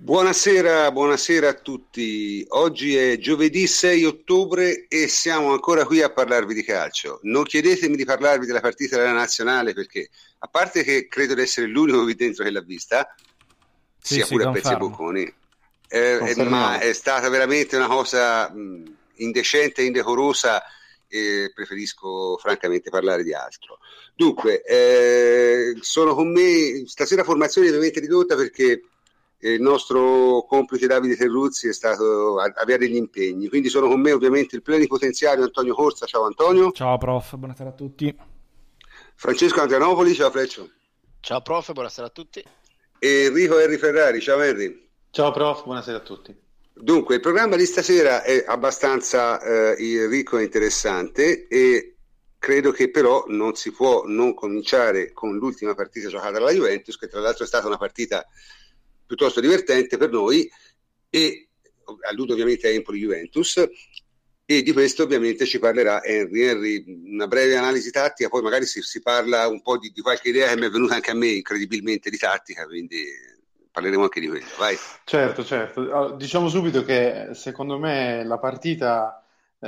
Buonasera, buonasera a tutti. Oggi è giovedì 6 ottobre e siamo ancora qui a parlarvi di calcio. Non chiedetemi di parlarvi della partita della nazionale perché, a parte che credo di essere l'unico qui dentro che l'ha vista, Sì, sia sì, pure a pezzi e confermo. bocconi, ma Confermiamo. è stata veramente una cosa indecente e indecorosa e preferisco francamente parlare di altro. Dunque, sono con me, stasera formazione ovviamente ridotta perché il nostro complice Davide Terruzzi aveva degli impegni, quindi sono con me ovviamente il plenipotenziario Antonio Corsa, ciao Antonio, Ciao prof, buonasera a tutti. Francesco Andrianopoli, ciao Freccio, Ciao prof, buonasera a tutti. e Enrico Henry Ferrari, ciao Henry. Ciao prof, buonasera a tutti. Dunque, il programma di stasera è abbastanza ricco e interessante e credo che però non si può non cominciare con l'ultima partita giocata dalla Juventus, che tra l'altro è stata una partita piuttosto divertente per noi e alludo ovviamente a Empoli-Juventus e di questo ovviamente ci parlerà Henry. Henry, una breve analisi tattica, poi magari si parla un po' di qualche idea che mi è venuta anche a me incredibilmente di tattica, quindi parleremo anche di quello. Vai. Certo. Diciamo subito che secondo me la partita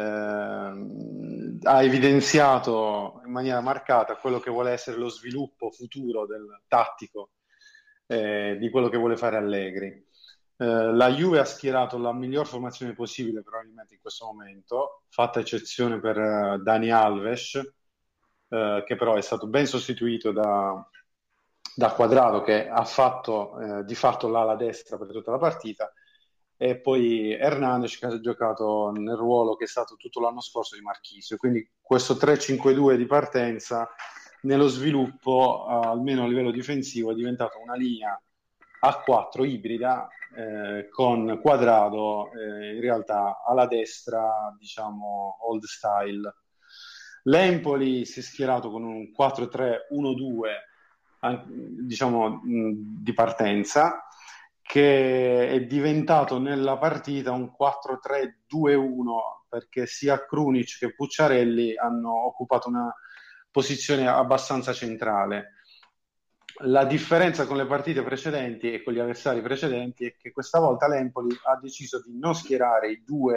ha evidenziato in maniera marcata quello che vuole essere lo sviluppo futuro del tattico di quello che vuole fare Allegri. La Juve ha schierato la miglior formazione possibile probabilmente in questo momento, fatta eccezione per Dani Alves, che però è stato ben sostituito da Quadrado, che ha fatto di fatto l'ala destra per tutta la partita, e poi Hernandez, che ha giocato nel ruolo che è stato tutto l'anno scorso di Marchisio. Quindi questo 3-5-2 di partenza nello sviluppo, almeno a livello difensivo, è diventata una linea a 4 ibrida, con Quadrado in realtà alla destra, diciamo old style. L'Empoli si è schierato con un 4-3-1-2, diciamo di partenza, che è diventato nella partita un 4-3-2-1, perché sia Krunic che Pucciarelli hanno occupato una posizione abbastanza centrale. La differenza con le partite precedenti e con gli avversari precedenti è che questa volta l'Empoli ha deciso di non schierare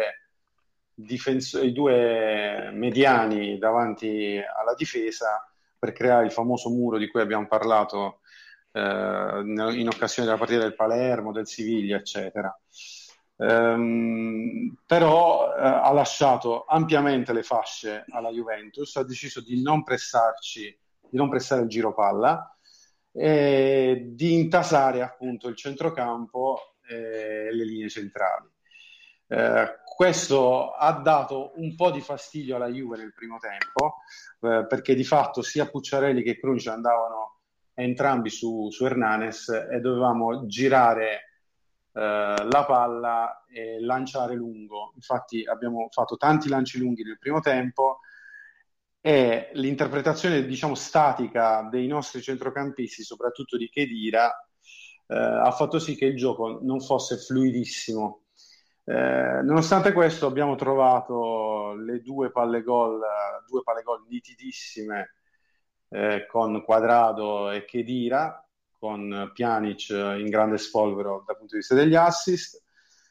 i due mediani davanti alla difesa per creare il famoso muro di cui abbiamo parlato in occasione della partita del Palermo, del Siviglia, eccetera. Però ha lasciato ampiamente le fasce alla Juventus, ha deciso di non pressarci, di non pressare il giro palla e di intasare appunto il centrocampo e le linee centrali. Questo ha dato un po' di fastidio alla Juve nel primo tempo, perché di fatto sia Pucciarelli che Krunic andavano entrambi su Hernanes e dovevamo girare la palla e lanciare lungo. Infatti abbiamo fatto tanti lanci lunghi nel primo tempo e l'interpretazione, diciamo, statica dei nostri centrocampisti, soprattutto di Khedira, ha fatto sì che il gioco non fosse fluidissimo. Nonostante questo abbiamo trovato le due palle gol nitidissime, con Quadrado e Khedira, con Pjanic in grande spolvero dal punto di vista degli assist.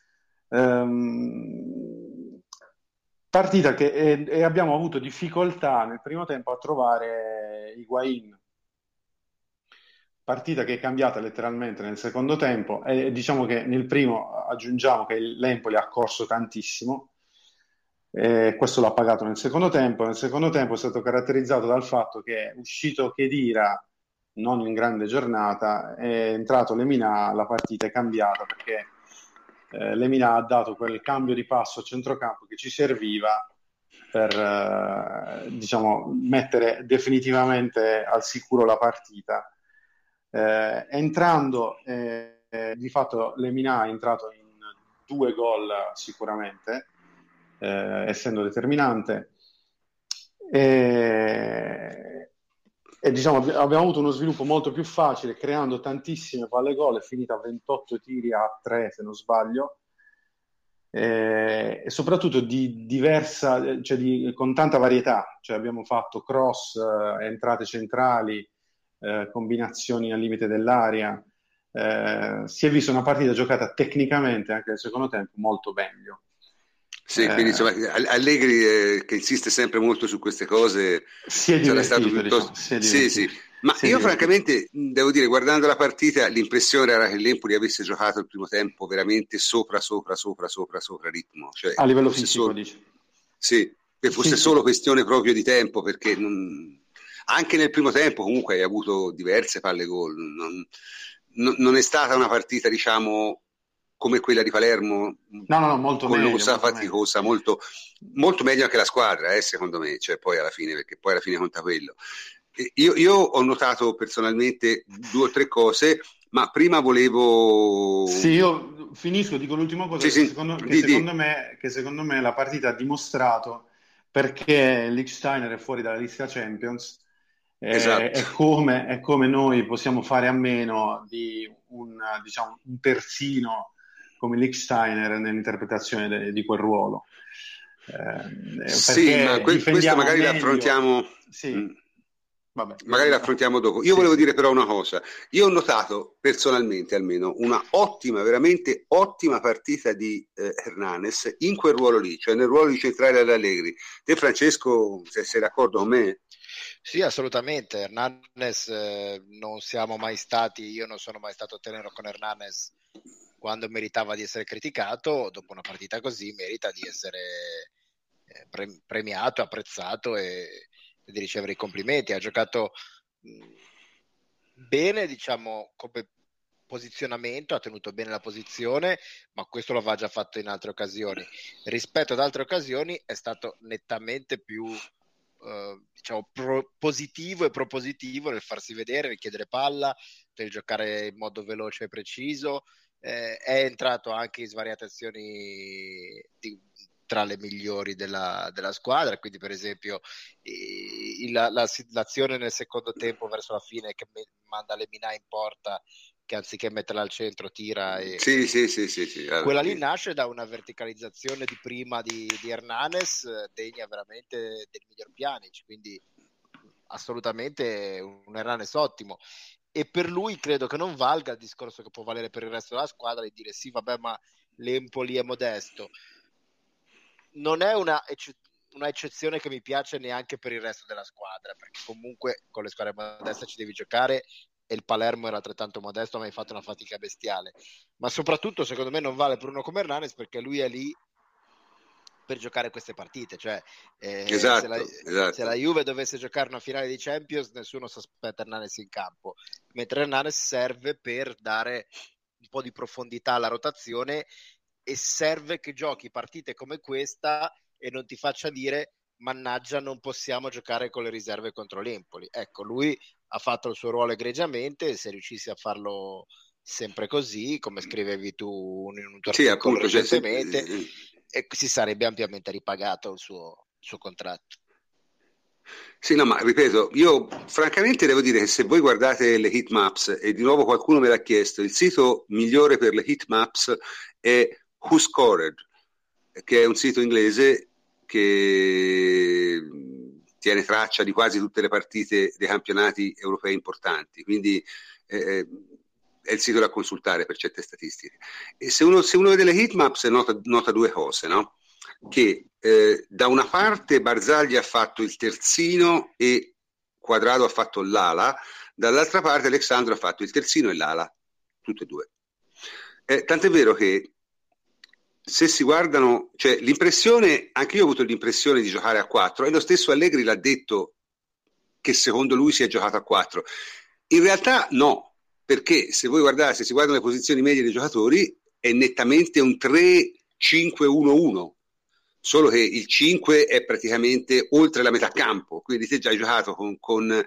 Partita che e abbiamo avuto difficoltà nel primo tempo a trovare Higuain. Partita che è cambiata letteralmente nel secondo tempo e diciamo che nel primo aggiungiamo che l'Empoli ha corso tantissimo, questo l'ha pagato nel secondo tempo. Nel secondo tempo è stato caratterizzato dal fatto che è uscito Khedira non in grande giornata, è entrato Lemina, la partita è cambiata perché Lemina ha dato quel cambio di passo a centrocampo che ci serviva per diciamo mettere definitivamente al sicuro la partita. Entrando di fatto Lemina è entrato in 2 gol sicuramente, essendo determinante, e diciamo abbiamo avuto uno sviluppo molto più facile, creando tantissime palle gol, è finita a 28 tiri a 3 se non sbaglio, e soprattutto di diversa, cioè con tanta varietà, cioè abbiamo fatto cross, entrate centrali, combinazioni al limite dell'area, si è vista una partita giocata tecnicamente anche nel secondo tempo molto meglio. Sì, quindi insomma, Allegri che insiste sempre molto su queste cose Si è sarà stato divertito, diciamo, piuttosto... si è Sì, divertito. sì, ma Si è io divertito. francamente devo dire, guardando la partita, l'impressione era che l'Empoli avesse giocato il primo tempo veramente sopra ritmo, cioè A che livello fosse fisico, solo, dici? sì, che Sì, fosse sì. solo questione proprio di tempo, perché anche nel primo tempo comunque hai avuto diverse palle gol, non è stata una partita, diciamo, come quella di Palermo, No, no, no, molto meglio, collosa, molto meglio. faticosa, molto meglio anche la squadra, secondo me, cioè poi alla fine, perché poi alla fine conta quello. Io ho notato personalmente due o tre cose, ma prima volevo... Sì, io finisco, dico l'ultima cosa, Sì, che sì, secondo, di. che secondo me la partita ha dimostrato perché Liechtenstein è fuori dalla lista Champions, Esatto. è come noi possiamo fare a meno di diciamo, un terzino come Liechtenstein nell'interpretazione di quel ruolo. Sì, ma Perché questo difendiamo magari meglio, l'affrontiamo... sì, mm, vabbè, Magari l'affrontiamo dopo. Io sì, volevo sì. dire però una cosa. Io ho notato personalmente almeno una ottima, veramente ottima partita di Hernanes in quel ruolo lì, cioè nel ruolo di centrale all'Allegri. Te Francesco, se sei d'accordo con me? Sì, assolutamente. Hernanes, non siamo mai stati, io non sono mai stato tenero con Hernanes quando meritava di essere criticato. Dopo una partita così merita di essere premiato, apprezzato e di ricevere i complimenti. Ha giocato bene, diciamo, come posizionamento, ha tenuto bene la posizione, ma questo lo aveva già fatto in altre occasioni. Rispetto ad altre occasioni è stato nettamente più diciamo positivo e propositivo nel farsi vedere, nel chiedere palla, nel giocare in modo veloce e preciso. È entrato anche in svariate azioni tra le migliori della squadra, quindi per esempio l'azione nel secondo tempo verso la fine che manda Lemina in porta, che anziché metterla al centro tira Sì, e sì, sì, sì, sì, vabbè, quella lì sì. nasce da una verticalizzazione di prima di Hernanes, degna veramente del miglior Pjanic, quindi assolutamente un Hernanes ottimo. E per lui credo che non valga il discorso che può valere per il resto della squadra di dire sì, vabbè, ma l'Empoli è modesto. Non è una eccezione che mi piace neanche per il resto della squadra, perché comunque con le squadre modeste ci devi giocare e il Palermo era altrettanto modesto, ma hai fatto una fatica bestiale. Ma soprattutto, secondo me, non vale per uno come Hernanes perché lui è lì per giocare queste partite. Cioè, Esatto, se la esatto. Juve dovesse giocare una finale di Champions, nessuno si aspetta Hernanes in campo, mentre Hernanes serve per dare un po' di profondità alla rotazione e serve che giochi partite come questa e non ti faccia dire mannaggia non possiamo giocare con le riserve contro l'Empoli. Ecco, lui ha fatto il suo ruolo egregiamente e se riuscissi a farlo sempre così, come scrivevi tu in un tuo Sì, articolo appunto, cioè, recentemente, e si sarebbe ampiamente ripagato il suo contratto. sì, no, ma ripeto, io francamente devo dire che se voi guardate le heat maps, e di nuovo qualcuno me l'ha chiesto, il sito migliore per le heat maps è Who Scored, che è un sito inglese che tiene traccia di quasi tutte le partite dei campionati europei importanti, quindi è il sito da consultare per certe statistiche. E se uno vede le heat maps nota due cose, no? Che da una parte Barzagli ha fatto il terzino e Quadrado ha fatto l'ala, dall'altra parte Alessandro ha fatto il terzino e l'ala, tutte e due. Tant'è vero che se si guardano, cioè l'impressione, anche io ho avuto l'impressione di giocare a 4 e lo stesso Allegri l'ha detto che secondo lui si è giocato a 4. In realtà no, perché se voi guardate, se si guardano le posizioni medie dei giocatori è nettamente un 3-5-1-1, solo che il 5 è praticamente oltre la metà campo, quindi te già hai giocato con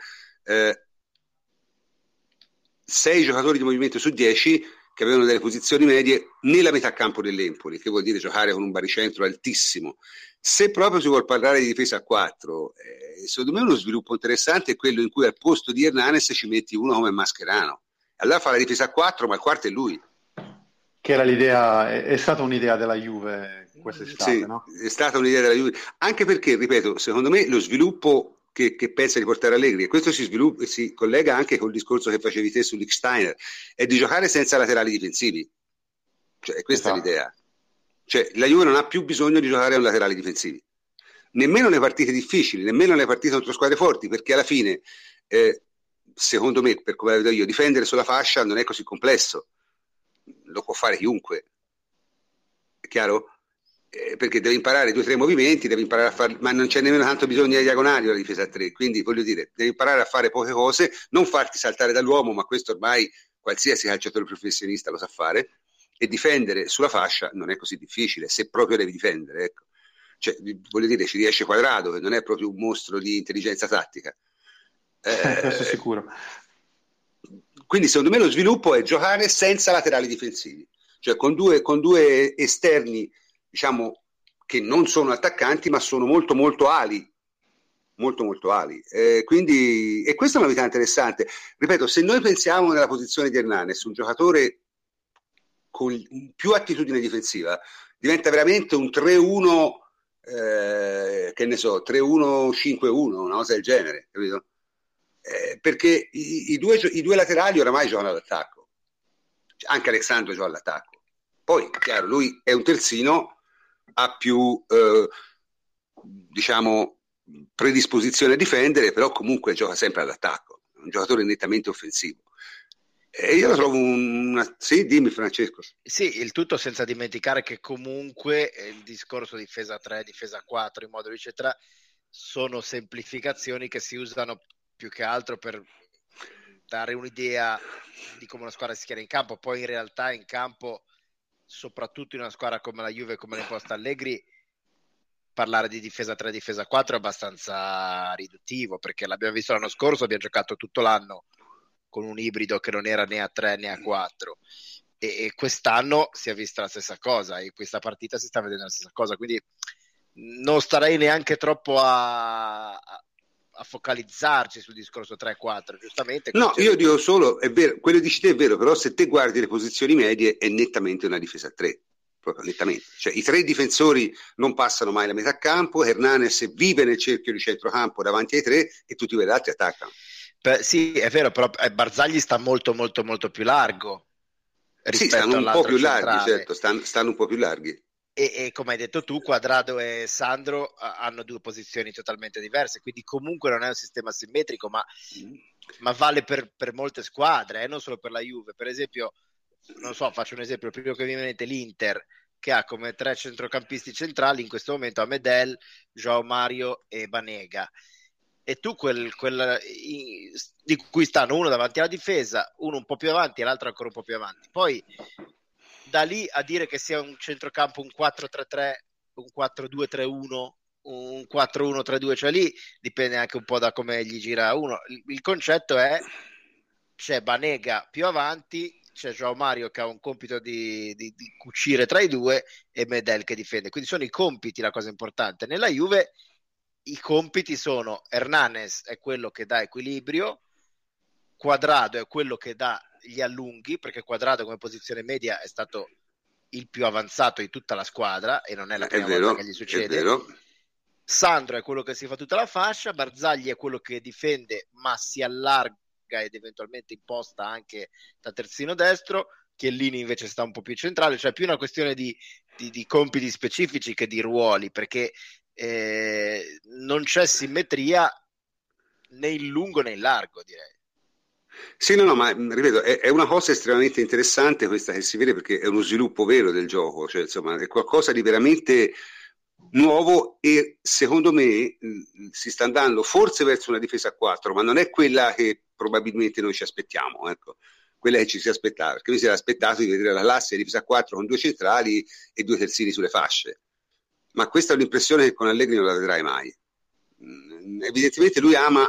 6 giocatori di movimento su 10 che avevano delle posizioni medie nella metà campo dell'Empoli, che vuol dire giocare con un baricentro altissimo. Se proprio si vuole parlare di difesa a 4, secondo me uno sviluppo interessante è quello in cui al posto di Hernanes ci metti uno come Mascherano. Allora fa la difesa a 4, ma il quarto è lui. Che era l'idea, è stata un'idea della Juve quest'estate, Sì, no? è stata un'idea della Juve, anche perché, ripeto, secondo me lo sviluppo che pensa di portare Allegri, e questo si collega anche col discorso che facevi te su Lichtsteiner, è di giocare senza laterali difensivi. Cioè, questa è l'idea. Cioè, la Juve non ha più bisogno di giocare con laterali difensivi, nemmeno nelle partite difficili, nemmeno nelle partite contro squadre forti, perché alla fine, secondo me, per come la vedo io, difendere sulla fascia non è così complesso, lo può fare chiunque, è chiaro? Perché devi imparare 2 o 3 movimenti, devi imparare a fare, ma non c'è nemmeno tanto bisogno di diagonali la difesa a 3, quindi voglio dire, devi imparare a fare poche cose, non farti saltare dall'uomo, ma questo ormai qualsiasi calciatore professionista lo sa fare, e difendere sulla fascia non è così difficile, se proprio devi difendere, ecco. Cioè, voglio dire, ci riesce Quadrato, che non è proprio un mostro di intelligenza tattica. Questo sicuro. Quindi secondo me lo sviluppo è giocare senza laterali difensivi, cioè con due esterni, diciamo, che non sono attaccanti ma sono molto molto ali, molto molto ali, quindi, e questa è una novità interessante. Ripeto, se noi pensiamo nella posizione di Hernanes, un giocatore con più attitudine difensiva, diventa veramente un 3-1, che ne so, 3-1-5-1, una cosa del genere, capito? Perché i due laterali oramai giocano all'attacco, anche Alessandro gioca all'attacco, poi chiaro, lui è un terzino, ha più diciamo predisposizione a difendere, però comunque gioca sempre all'attacco, è un giocatore nettamente offensivo, e io lo trovo sì, dimmi Francesco. Sì, il tutto senza dimenticare che comunque il discorso difesa 3, difesa 4 in modo eccetera sono semplificazioni che si usano più che altro per dare un'idea di come una squadra si schiera in campo. Poi in realtà in campo, soprattutto in una squadra come la Juve, come l'ha imposta Allegri, parlare di difesa 3, difesa 4 è abbastanza riduttivo, perché l'abbiamo visto l'anno scorso, abbiamo giocato tutto l'anno con un ibrido che non era né a 3 né a 4, e quest'anno si è vista la stessa cosa, e questa partita si sta vedendo la stessa cosa, quindi non starei neanche troppo a focalizzarci sul discorso 3-4, giustamente. No, io dico solo, è vero, quello che dici te è vero, però se te guardi le posizioni medie è nettamente una difesa a 3, proprio nettamente. Cioè i 3 difensori non passano mai la metà campo, Hernanes vive nel cerchio di centrocampo davanti ai 3 e tutti gli altri attaccano. Sì, è vero, però Barzagli sta molto molto molto più largo rispetto stanno un po' più centrale. larghi, certo, stanno un po' più larghi. E come hai detto tu, Quadrado e Sandro hanno 2 posizioni totalmente diverse, quindi comunque non è un sistema simmetrico, ma vale per molte squadre, non solo per la Juve. Per esempio, non so, faccio un esempio, il primo che mi viene in mente, l'Inter, che ha come 3 centrocampisti centrali in questo momento Amedel, João Mario e Banega, e tu di cui stanno uno davanti alla difesa, uno un po' più avanti e l'altro ancora un po' più avanti. Poi da lì a dire che sia un centrocampo un 4-3-3, un 4-2-3-1, un 4-1-3-2, cioè lì dipende anche un po' da come gli gira uno. Il concetto è: c'è Banega più avanti, c'è João Mario che ha un compito di cucire tra i due, e Medel che difende. Quindi sono i compiti la cosa importante. Nella Juve i compiti sono: Hernanes è quello che dà equilibrio, Quadrado è quello che dà gli allunghi, perché Quadrado come posizione media è stato il più avanzato di tutta la squadra e non è la prima volta che gli succede. Sandro è quello che si fa tutta la fascia, Barzagli è quello che difende ma si allarga ed eventualmente imposta anche da terzino destro, Chiellini invece sta un po' più centrale, cioè più una questione di compiti specifici che di ruoli, perché non c'è simmetria né in lungo né in largo, direi. Sì, no, ma ripeto, è una cosa estremamente interessante questa che si vede, perché è uno sviluppo vero del gioco, cioè insomma è qualcosa di veramente nuovo, e secondo me si sta andando forse verso una difesa a 4, ma non è quella che probabilmente noi ci aspettiamo, ecco, quella che ci si aspettava, perché noi si era aspettato di vedere la classe di difesa a 4 con 2 centrali e 2 terzini sulle fasce, ma questa è un'impressione che con Allegri non la vedrai mai. Evidentemente lui ama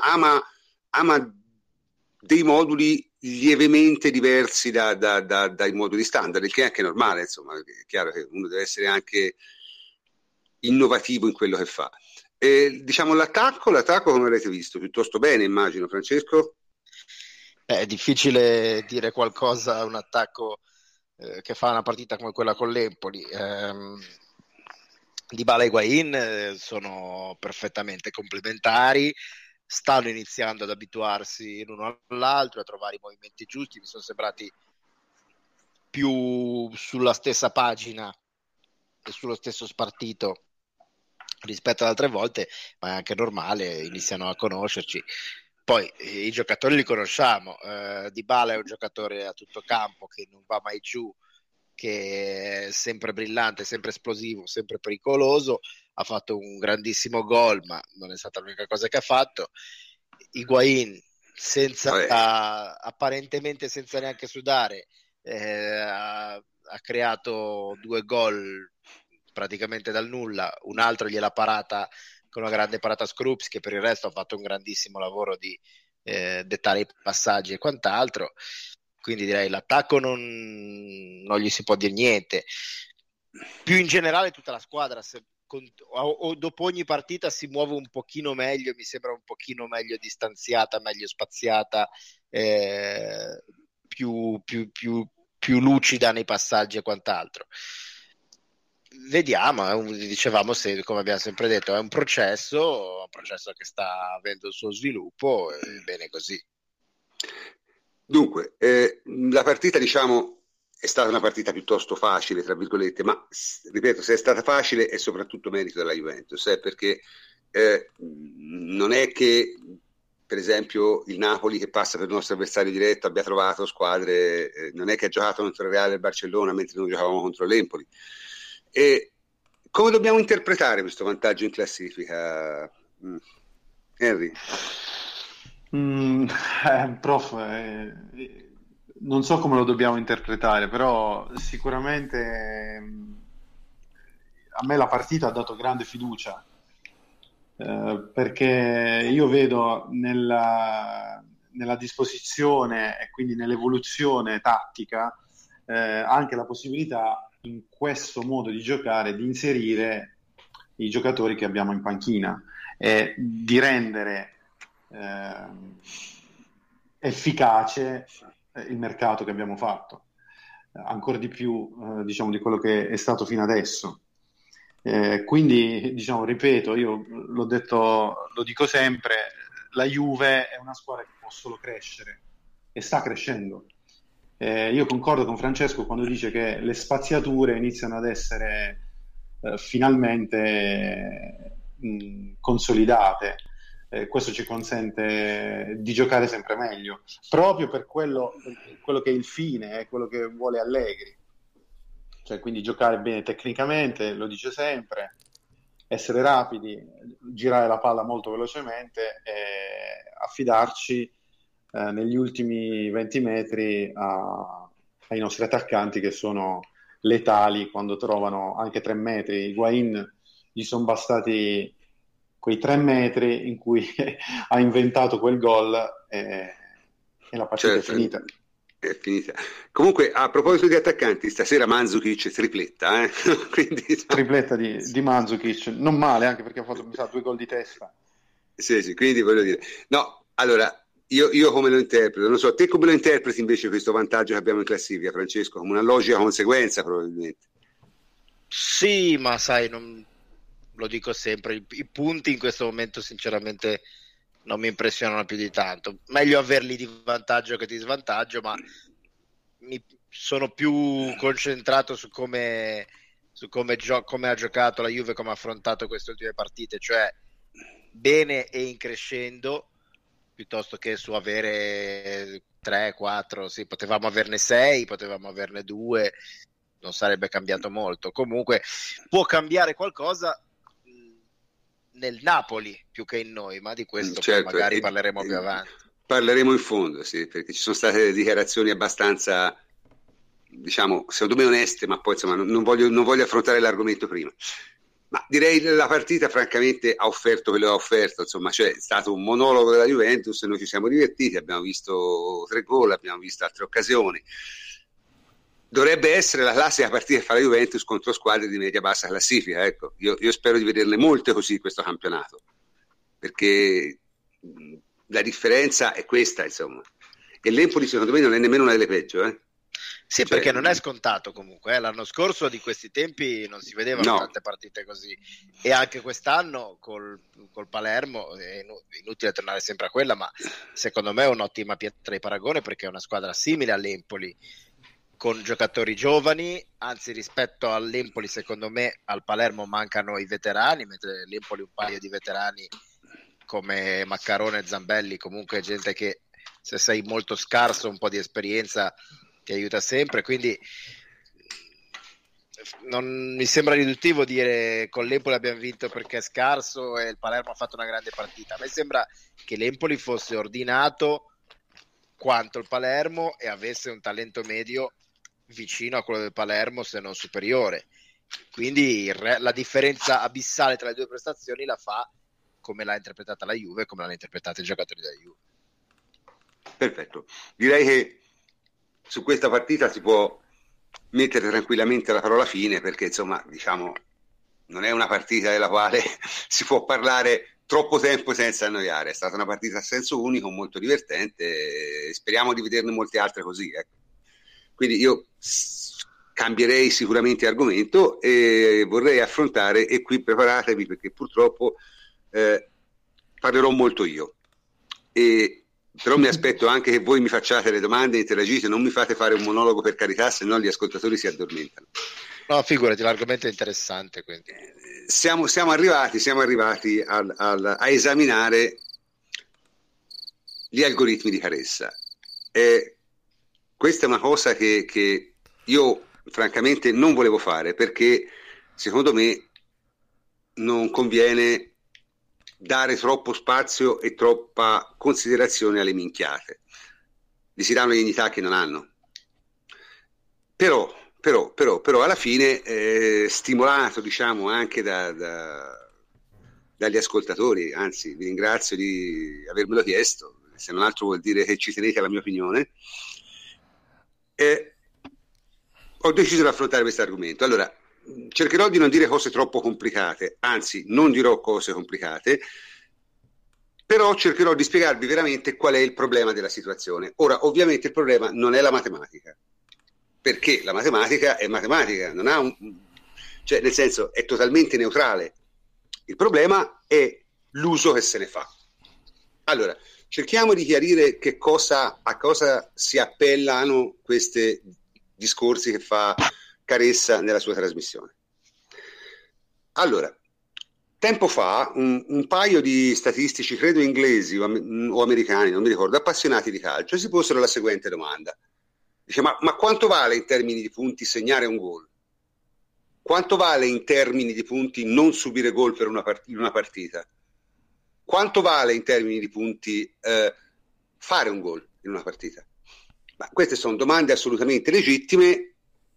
dei moduli lievemente diversi dai moduli standard, il che è anche normale, insomma, è chiaro che uno deve essere anche innovativo in quello che fa. Diciamo l'attacco come avete visto? Piuttosto bene, immagino, Francesco? È difficile dire qualcosa a un attacco che fa una partita come quella con l'Empoli. Dybala e Higuaín sono perfettamente complementari, stanno iniziando ad abituarsi l'uno all'altro, a trovare i movimenti giusti, mi sono sembrati più sulla stessa pagina e sullo stesso spartito rispetto ad altre volte, ma è anche normale, iniziano a conoscerci. Poi i giocatori li conosciamo, Dybala è un giocatore a tutto campo che non va mai giù, che è sempre brillante, sempre esplosivo, sempre pericoloso, ha fatto un grandissimo gol, ma non è stata l'unica cosa che ha fatto. Higuain apparentemente senza neanche sudare, ha creato 2 gol praticamente dal nulla, un altro gliel'ha parata con una grande parata Scroops, che per il resto ha fatto un grandissimo lavoro di dettare i passaggi e quant'altro. Quindi direi l'attacco non gli si può dire niente. Più in generale tutta la squadra dopo ogni partita si muove un pochino meglio, mi sembra un pochino meglio distanziata, meglio spaziata, più lucida nei passaggi e quant'altro. Vediamo, dicevamo, come abbiamo sempre detto, è un processo che sta avendo il suo sviluppo, e bene così. Dunque, la partita, diciamo, è stata una partita piuttosto facile, tra virgolette, ma ripeto, se è stata facile è soprattutto merito della Juventus, perché non è che, per esempio, il Napoli, che passa per il nostro avversario diretto, abbia trovato squadre, non è che ha giocato contro il Reale e il Barcellona mentre noi giocavamo contro l'Empoli. E come dobbiamo interpretare questo vantaggio in classifica, Henry? Prof, non so come lo dobbiamo interpretare, però sicuramente a me la partita ha dato grande fiducia, perché io vedo nella disposizione e quindi nell'evoluzione tattica anche la possibilità in questo modo di giocare di inserire i giocatori che abbiamo in panchina e di rendere efficace il mercato che abbiamo fatto, ancora di più diciamo di quello che è stato fino adesso. Quindi diciamo, ripeto, io l'ho detto, lo dico sempre, la Juve è una squadra che può solo crescere e sta crescendo. Io concordo con Francesco quando dice che le spaziature iniziano ad essere finalmente consolidate. Questo ci consente di giocare sempre meglio, proprio per quello che è il fine, quello che vuole Allegri. Cioè, quindi giocare bene tecnicamente, lo dice sempre, essere rapidi, girare la palla molto velocemente e affidarci negli ultimi 20 metri ai nostri attaccanti, che sono letali quando trovano anche 3 metri. Higuain gli sono bastati quei 3 metri in cui ha inventato quel gol e la partita Certo, è finita. È finita. Comunque, a proposito di attaccanti, stasera Mandzukic tripletta, quindi, tripletta di Mandzukic, non male, anche perché ha fatto, mi sa, 2 gol di testa. Sì, quindi voglio dire, no, allora, io come lo interpreto, non so, te come lo interpreti invece questo vantaggio che abbiamo in classifica, Francesco, come una logica conseguenza probabilmente? Sì, ma sai, lo dico sempre, i punti in questo momento sinceramente non mi impressionano più di tanto. Meglio averli di vantaggio che di svantaggio, ma mi sono più concentrato su come ha giocato la Juve, come ha affrontato queste ultime partite, cioè bene e in crescendo, piuttosto che su avere 3, 4, sì, potevamo averne 6, potevamo averne 2, non sarebbe cambiato molto. Comunque può cambiare qualcosa nel Napoli più che in noi, ma di questo certo, poi magari parleremo più avanti. Parleremo in fondo, sì, perché ci sono state dichiarazioni abbastanza, diciamo, secondo me oneste, ma poi insomma non voglio affrontare l'argomento prima. Ma direi che la partita francamente ha offerto quello che ha offerto, insomma, cioè è stato un monologo della Juventus, noi ci siamo divertiti, abbiamo visto 3 gol, abbiamo visto altre occasioni. Dovrebbe essere la classica partita che fa la Juventus contro squadre di media-bassa classifica, ecco. Io spero di vederne molte così questo campionato, perché la differenza è questa, insomma. E l'Empoli secondo me non è nemmeno una delle peggio, Sì, perché non è scontato comunque. L'anno scorso di questi tempi non si vedevano tante partite così, e anche quest'anno col Palermo è inutile tornare sempre a quella, ma secondo me è un'ottima pietra di paragone, perché è una squadra simile all'Empoli, con giocatori giovani. Anzi, rispetto all'Empoli, secondo me al Palermo mancano i veterani, mentre l'Empoli un paio di veterani come Maccarone e Zambelli, comunque gente che, se sei molto scarso, un po' di esperienza ti aiuta sempre. Quindi non mi sembra riduttivo dire con l'Empoli abbiamo vinto perché è scarso e il Palermo ha fatto una grande partita. A me sembra che l'Empoli fosse ordinato quanto il Palermo e avesse un talento medio vicino a quello del Palermo, se non superiore. Quindi la differenza abissale tra le due prestazioni la fa come l'ha interpretata la Juve e come l'hanno interpretata i giocatori della Juve. Perfetto, direi che su questa partita si può mettere tranquillamente la parola fine, perché insomma, diciamo, non è una partita della quale si può parlare troppo tempo senza annoiare. È stata una partita a senso unico, molto divertente, e speriamo di vederne molte altre così, ecco. Quindi io cambierei sicuramente argomento e vorrei affrontare, e qui preparatevi perché purtroppo parlerò molto io, però mi aspetto anche che voi mi facciate le domande, interagite, non mi fate fare un monologo, per carità, se no gli ascoltatori si addormentano. No, figurati, l'argomento è interessante. Quindi siamo arrivati a esaminare gli algoritmi di Caressa. Questa è una cosa che io francamente non volevo fare, perché secondo me non conviene dare troppo spazio e troppa considerazione alle minchiate. Gli si danno dignità che non hanno. Però alla fine, stimolato, diciamo, anche dagli ascoltatori, anzi vi ringrazio di avermelo chiesto, se non altro vuol dire che ci tenete alla mia opinione, ho deciso di affrontare questo argomento. Allora, cercherò di non dire cose troppo complicate, anzi non dirò cose complicate, però cercherò di spiegarvi veramente qual è il problema della situazione. Ora, ovviamente il problema non è la matematica, perché la matematica è matematica, non ha cioè, nel senso, è totalmente neutrale. Il problema è l'uso che se ne fa. Allora, cerchiamo di chiarire a cosa si appellano questi discorsi che fa Caressa nella sua trasmissione. Allora, tempo fa un paio di statistici, credo inglesi o americani, non mi ricordo, appassionati di calcio, si posero la seguente domanda. Dice, ma quanto vale in termini di punti segnare un gol? Quanto vale in termini di punti non subire gol in una partita? Quanto vale in termini di punti fare un gol in una partita? Ma queste sono domande assolutamente legittime,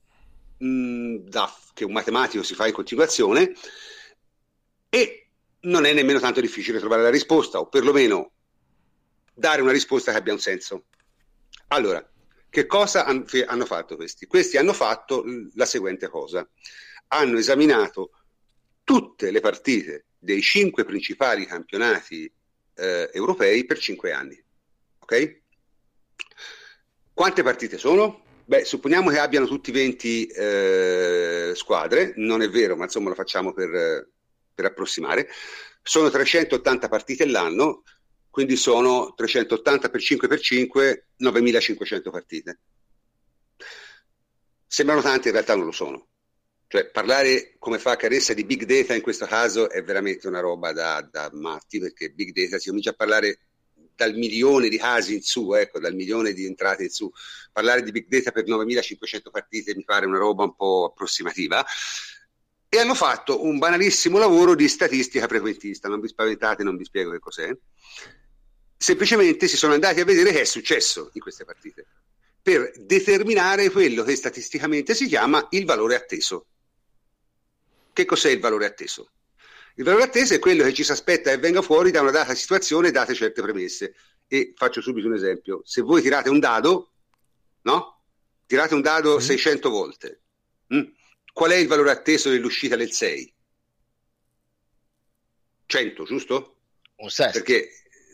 che un matematico si fa in continuazione, e non è nemmeno tanto difficile trovare la risposta, o perlomeno dare una risposta che abbia un senso. Allora, che cosa hanno fatto questi? Questi hanno fatto la seguente cosa: hanno esaminato tutte le partite dei 5 principali campionati europei per 5 anni. Ok? Quante partite sono? Beh, supponiamo che abbiano tutti 20 squadre, non è vero, ma insomma lo facciamo per approssimare. Sono 380 partite l'anno, quindi sono 380 per 5 per 5, 9500 partite. Sembrano tante, in realtà non lo sono. Cioè, parlare, come fa Caressa, di big data in questo caso è veramente una roba da matti, perché big data si comincia a parlare dal milione di casi in su, ecco, dal milione di entrate in su. Parlare di big data per 9500 partite mi pare una roba un po' approssimativa. E hanno fatto un banalissimo lavoro di statistica frequentista. Non vi spaventate, non vi spiego che cos'è. Semplicemente si sono andati a vedere che è successo in queste partite, per determinare quello che statisticamente si chiama il valore atteso. Che cos'è il valore atteso? Il valore atteso è quello che ci si aspetta che venga fuori da una data situazione, date certe premesse. E faccio subito un esempio. Se voi tirate un dado, no? Tirate un dado 600 volte. Qual è il valore atteso dell'uscita del 6? 100, giusto? Un sesto. Perché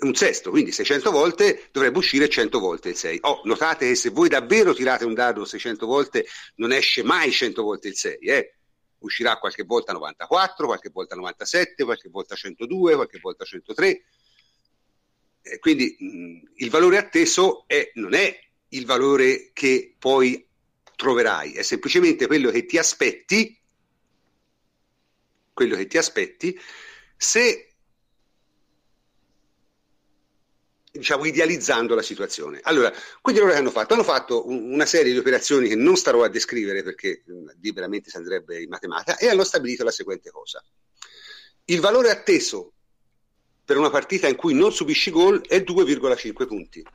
un sesto, quindi 600 volte dovrebbe uscire 100 volte il 6. Notate che se voi davvero tirate un dado 600 volte non esce mai 100 volte il 6, uscirà qualche volta 94, qualche volta 97, qualche volta 102, qualche volta 103. Quindi il valore atteso non è il valore che poi troverai, è semplicemente quello che ti aspetti, se, diciamo, idealizzando la situazione. Allora, quindi loro che hanno fatto? Hanno fatto una serie di operazioni che non starò a descrivere perché lì veramente si andrebbe in matematica, e hanno stabilito la seguente cosa: il valore atteso per una partita in cui non subisci gol è 2,5 punti.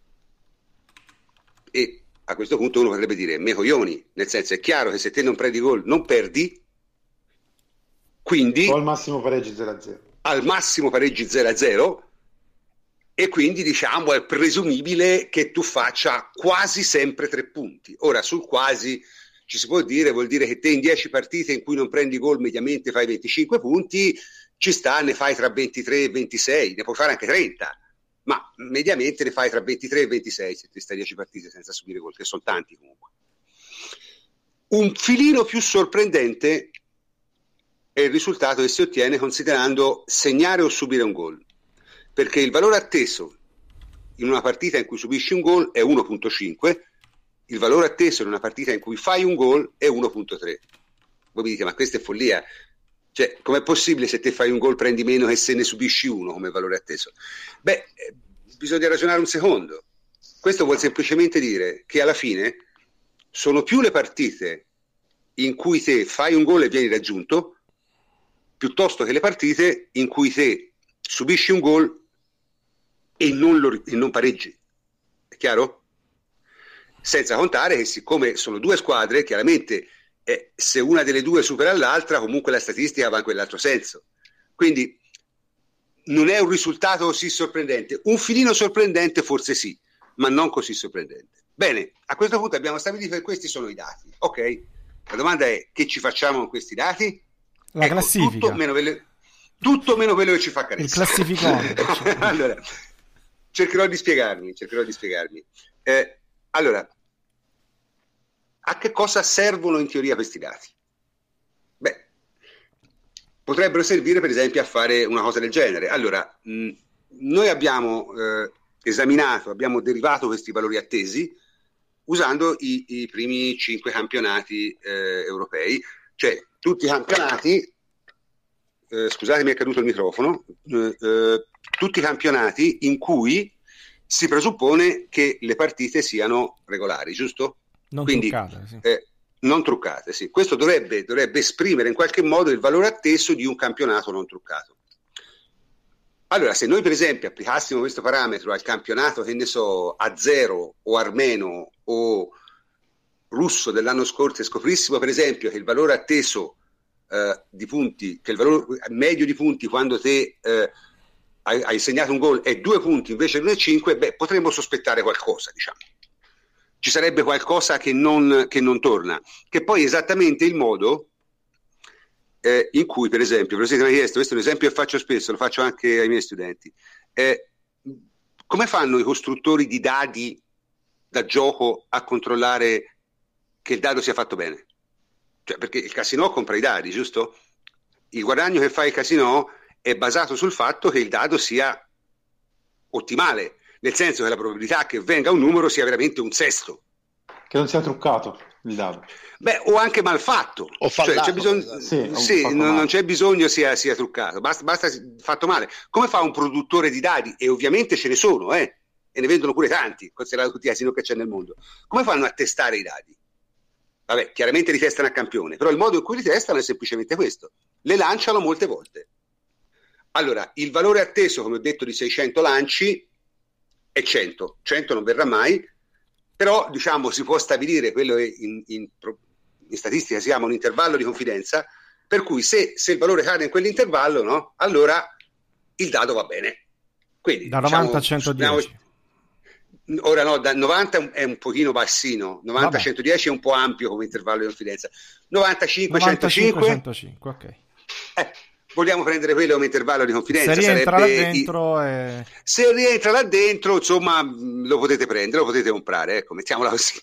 E a questo punto uno potrebbe dire me coglioni, nel senso, è chiaro che se te non prendi gol non perdi, quindi o al massimo pareggi 0-0. Al massimo pareggi 0-0, e quindi diciamo è presumibile che tu faccia quasi sempre 3 punti. Ora, sul quasi ci si può dire, vuol dire che te in 10 partite in cui non prendi gol mediamente fai 25 punti, ci sta, ne fai tra 23 e 26, ne puoi fare anche 30, ma mediamente ne fai tra 23 e 26 se ti stai 10 partite senza subire gol, che sono tanti comunque. Un filino più sorprendente è il risultato che si ottiene considerando segnare o subire un gol, perché il valore atteso in una partita in cui subisci un gol è 1,5, il valore atteso in una partita in cui fai un gol è 1,3. Voi mi dite, ma questa è follia, cioè com'è possibile se te fai un gol prendi meno che se ne subisci uno come valore atteso? Beh, bisogna ragionare un secondo. Questo vuol semplicemente dire che alla fine sono più le partite in cui te fai un gol e vieni raggiunto, piuttosto che le partite in cui te subisci un gol e non pareggi. È chiaro? Senza contare che siccome sono due squadre, chiaramente se una delle due supera l'altra, comunque la statistica va in quell'altro senso. Quindi non è un risultato così sorprendente. Un filino sorprendente forse sì, ma non così sorprendente. Bene, a questo punto abbiamo stabilito che questi sono i dati. Ok, la domanda è: che ci facciamo con questi dati? La classifica. Tutto meno quello che ci fa Caressa. Il classificone. Allora, cercherò di spiegarmi. Allora, a che cosa servono in teoria questi dati? Beh, potrebbero servire per esempio a fare una cosa del genere. Allora, noi abbiamo esaminato, abbiamo derivato questi valori attesi usando i primi 5 campionati europei, cioè tutti i campionati, scusate mi è caduto il microfono, tutti i campionati in cui si presuppone che le partite siano regolari, giusto? Quindi, truccate, sì. Non truccate, sì. Questo dovrebbe esprimere in qualche modo il valore atteso di un campionato non truccato. Allora, se noi per esempio applicassimo questo parametro al campionato, che ne so, A0 o armeno o russo dell'anno scorso, e scoprissimo per esempio che il valore atteso di punti, che il valore medio di punti quando te hai segnato un gol è 2 punti invece di 1,5, beh, potremmo sospettare qualcosa, diciamo. Ci sarebbe qualcosa che non torna, che poi è esattamente il modo in cui, per esempio, il Presidente mi ha chiesto, questo è un esempio che faccio spesso, lo faccio anche ai miei studenti, come fanno i costruttori di dadi da gioco a controllare che il dado sia fatto bene? Cioè, perché il casino compra i dadi, giusto? Il guadagno che fa il casino è basato sul fatto che il dado sia ottimale, nel senso che la probabilità che venga un numero sia veramente un sesto. Che non sia truccato il dado. Beh, o anche mal fatto. O fallato. Cioè, c'è bisogno, non c'è bisogno sia truccato, basta fatto male. Come fa un produttore di dadi? E ovviamente ce ne sono, e ne vendono pure tanti, considerato tutti i casino che c'è nel mondo. Come fanno a testare i dadi? Vabbè, chiaramente li testano a campione, però il modo in cui li testano è semplicemente questo. Le lanciano molte volte. Allora, il valore atteso, come ho detto, di 600 lanci è 100. 100 non verrà mai, però diciamo si può stabilire quello che in statistica si chiama un intervallo di confidenza, per cui se il valore cade in quell'intervallo, no, allora il dato va bene. Quindi, da 90 a 110. Ora no, da 90 è un pochino bassino, 90 a 110 è un po' ampio come intervallo di confidenza. 95 105, 105, ok. vogliamo prendere quello come intervallo di confidenza. Se rientra là dentro se rientra là dentro, insomma, lo potete prendere, lo potete comprare, ecco, mettiamola così.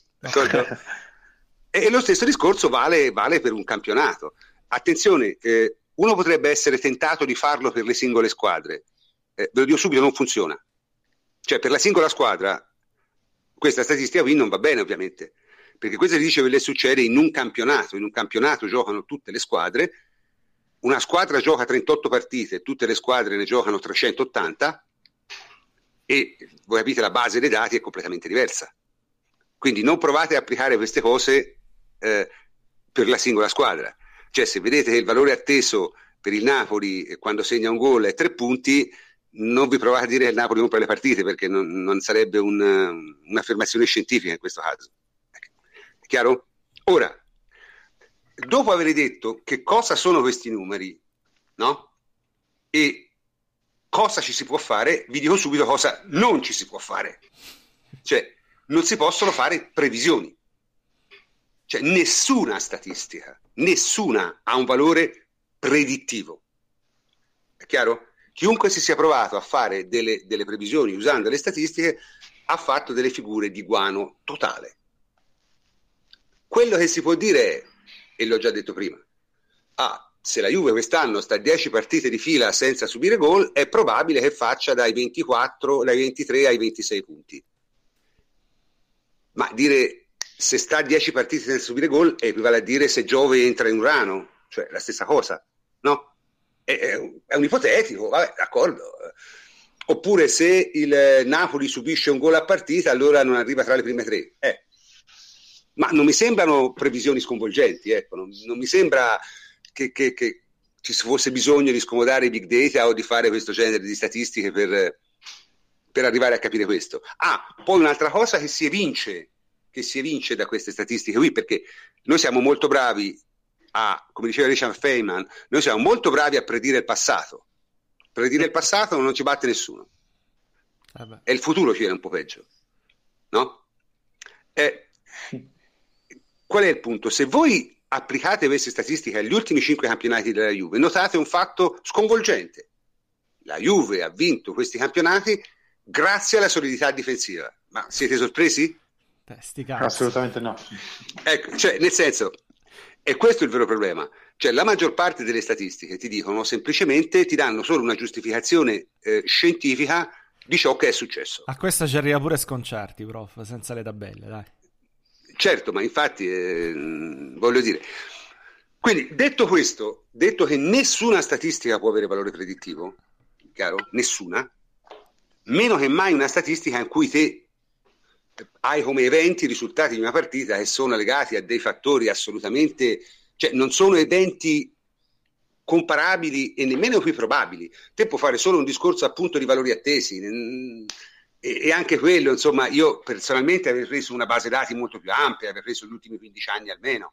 E lo stesso discorso vale per un campionato. Attenzione, uno potrebbe essere tentato di farlo per le singole squadre, ve lo dico subito, non funziona. Cioè, per la singola squadra questa statistica qui non va bene, ovviamente, perché questo si dice che succede in un campionato. In un campionato giocano tutte le squadre, una squadra gioca 38 partite, tutte le squadre ne giocano 380, e voi capite, la base dei dati è completamente diversa. Quindi non provate a applicare queste cose per la singola squadra. Cioè, se vedete che il valore atteso per il Napoli quando segna un gol è 3 punti, non vi provate a dire che il Napoli compra le partite, perché non sarebbe un'affermazione scientifica in questo caso. È chiaro? Ora, dopo aver detto che cosa sono questi numeri, no? E cosa ci si può fare, vi dico subito cosa non ci si può fare. Cioè, non si possono fare previsioni. Cioè, nessuna statistica, nessuna ha un valore predittivo. È chiaro? Chiunque si sia provato a fare delle previsioni usando le statistiche ha fatto delle figure di guano totale. Quello che si può dire è, e l'ho già detto prima, se la Juve quest'anno sta 10 partite di fila senza subire gol, è probabile che faccia dai 23 ai 26 punti. Ma dire se sta 10 partite senza subire gol equivale a dire se Giove entra in Urano, cioè la stessa cosa, no? È un ipotetico, vabbè, d'accordo. Oppure se il Napoli subisce un gol a partita, allora non arriva tra le prime 3. Ma non mi sembrano previsioni sconvolgenti, ecco. Non mi sembra che ci fosse bisogno di scomodare i big data o di fare questo genere di statistiche per arrivare a capire questo. Poi un'altra cosa che si evince da queste statistiche qui, perché noi siamo molto bravi come diceva Richard Feynman, noi siamo molto bravi a predire il passato. Predire il passato non ci batte nessuno. E il futuro ci viene un po' peggio, no? Qual è il punto? Se voi applicate queste statistiche agli ultimi 5 campionati della Juve, notate un fatto sconvolgente. La Juve ha vinto questi campionati grazie alla solidità difensiva. Ma siete sorpresi? Assolutamente no. Ecco, cioè, nel senso, e questo è il vero problema. Cioè, la maggior parte delle statistiche ti dicono semplicemente, ti danno solo una giustificazione scientifica di ciò che è successo. A questo ci arriva pure Sconcerti, prof, senza le tabelle, dai. Certo, ma infatti voglio dire. Quindi, detto questo, detto che nessuna statistica può avere valore predittivo, chiaro? Nessuna, meno che mai una statistica in cui te hai come eventi i risultati di una partita che sono legati a dei fattori assolutamente, cioè non sono eventi comparabili e nemmeno equiprobabili. Te puoi fare solo un discorso appunto di valori attesi e anche quello, insomma, io personalmente avrei preso una base dati molto più ampia, avrei preso gli ultimi 15 anni almeno.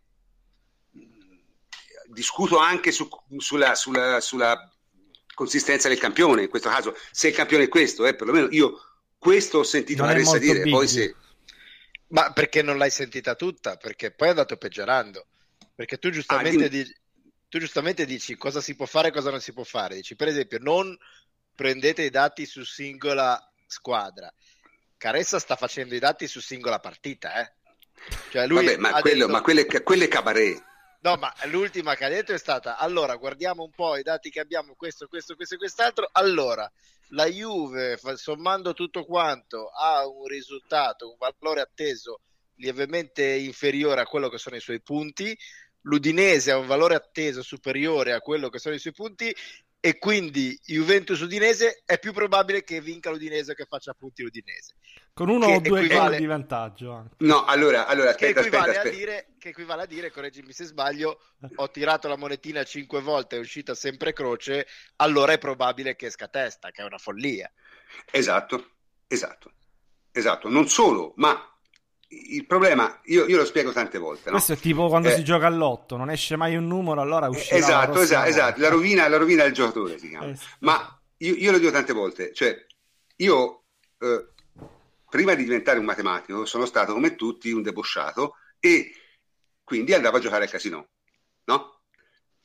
Discuto anche sulla consistenza del campione, in questo caso, se il campione è questo, perlomeno io questo ho sentito Maressa dire, poi se... Ma perché non l'hai sentita tutta? Perché poi è andato peggiorando. Perché tu giustamente dici cosa si può fare e cosa non si può fare. Dici, per esempio, non prendete i dati su singola squadra. Caressa sta facendo i dati su singola partita, Cioè lui quello è cabaret. No, ma l'ultima che ha detto è stata: allora guardiamo un po' i dati che abbiamo, questo e quest'altro. Allora, la Juve, sommando tutto quanto, ha un risultato, un valore atteso lievemente inferiore a quello che sono i suoi punti. L'Udinese ha un valore atteso superiore a quello che sono i suoi punti, e quindi Juventus-Udinese è più probabile che vinca l'Udinese, che faccia punti l'Udinese. Con 1 o 2 gol di vantaggio anche. No, allora aspetta. Che equivale a dire, correggimi se sbaglio, ho tirato la monetina 5 volte, è uscita sempre croce, allora è probabile che esca testa, che è una follia. Esatto. Non solo, ma il problema, io lo spiego tante volte, no? Questo è tipo quando si gioca all'otto, non esce mai un numero, allora uscirà esatto, la rovina del giocatore si chiama. Ma io lo dico tante volte, cioè io prima di diventare un matematico sono stato come tutti un debosciato e quindi andavo a giocare al casino, no?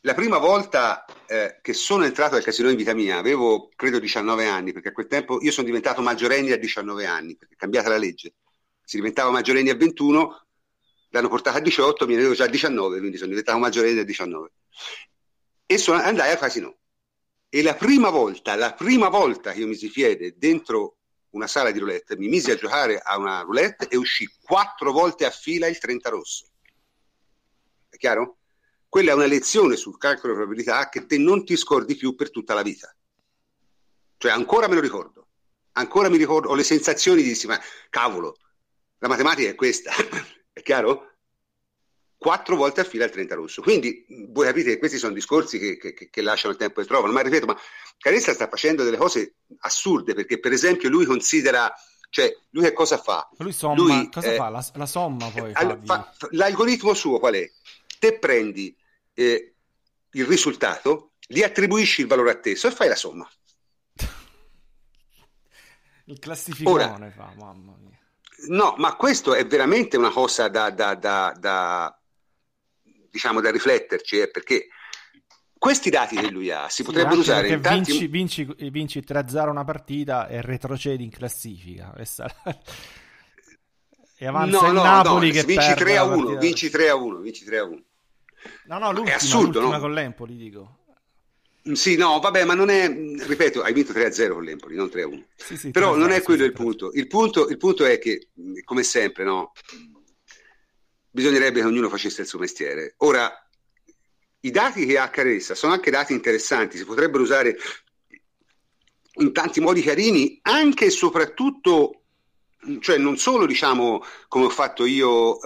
la prima volta che sono entrato al casino in vita mia, avevo credo 19 anni, perché a quel tempo io sono diventato maggiorenne a 19 anni, perché è cambiata la legge. Si diventava maggiorenni a 21, l'hanno portato a 18, mi ne avevo già a 19, quindi sono diventato maggiorenne a 19. E andai al casino. E la prima volta che io mi si piede dentro una sala di roulette, mi misi a giocare a una roulette e uscì 4 volte a fila il 30 rosso. È chiaro? Quella è una lezione sul calcolo di probabilità che te non ti scordi più per tutta la vita. Cioè ancora me lo ricordo, ancora mi ricordo, ho le sensazioni di dire, ma cavolo, la matematica è questa, è chiaro? 4 volte a fila il 30 rosso. Quindi voi capite che questi sono discorsi che lasciano il tempo e trovano. Ma ripeto, ma Caressa sta facendo delle cose assurde, perché per esempio lui considera, cioè lui che cosa fa? Lui somma, cosa fa? La somma poi. L'algoritmo suo qual è? Te prendi il risultato, gli attribuisci il valore atteso e fai la somma. Il classificone fa, mamma mia. No, ma questo è veramente una cosa da diciamo da rifletterci, perché questi dati che lui ha si potrebbero usare in tanti... vinci 3-0 una partita e retrocedi in classifica. E avanza il Napoli che vinci perde 3-1, vinci 3-1. No, l'ultima, è assurdo, l'ultima no? con l'Empoli, dico. Sì, no, vabbè, ma non è, ripeto, hai vinto 3-0 con l'Empoli, non 3-1. Sì, però non è quello il 3-0. punto. Il punto è che, come sempre, no, bisognerebbe che ognuno facesse il suo mestiere. Ora, i dati che ha Caressa sono anche dati interessanti, si potrebbero usare in tanti modi carini, anche e soprattutto, cioè non solo, diciamo, come ho fatto io,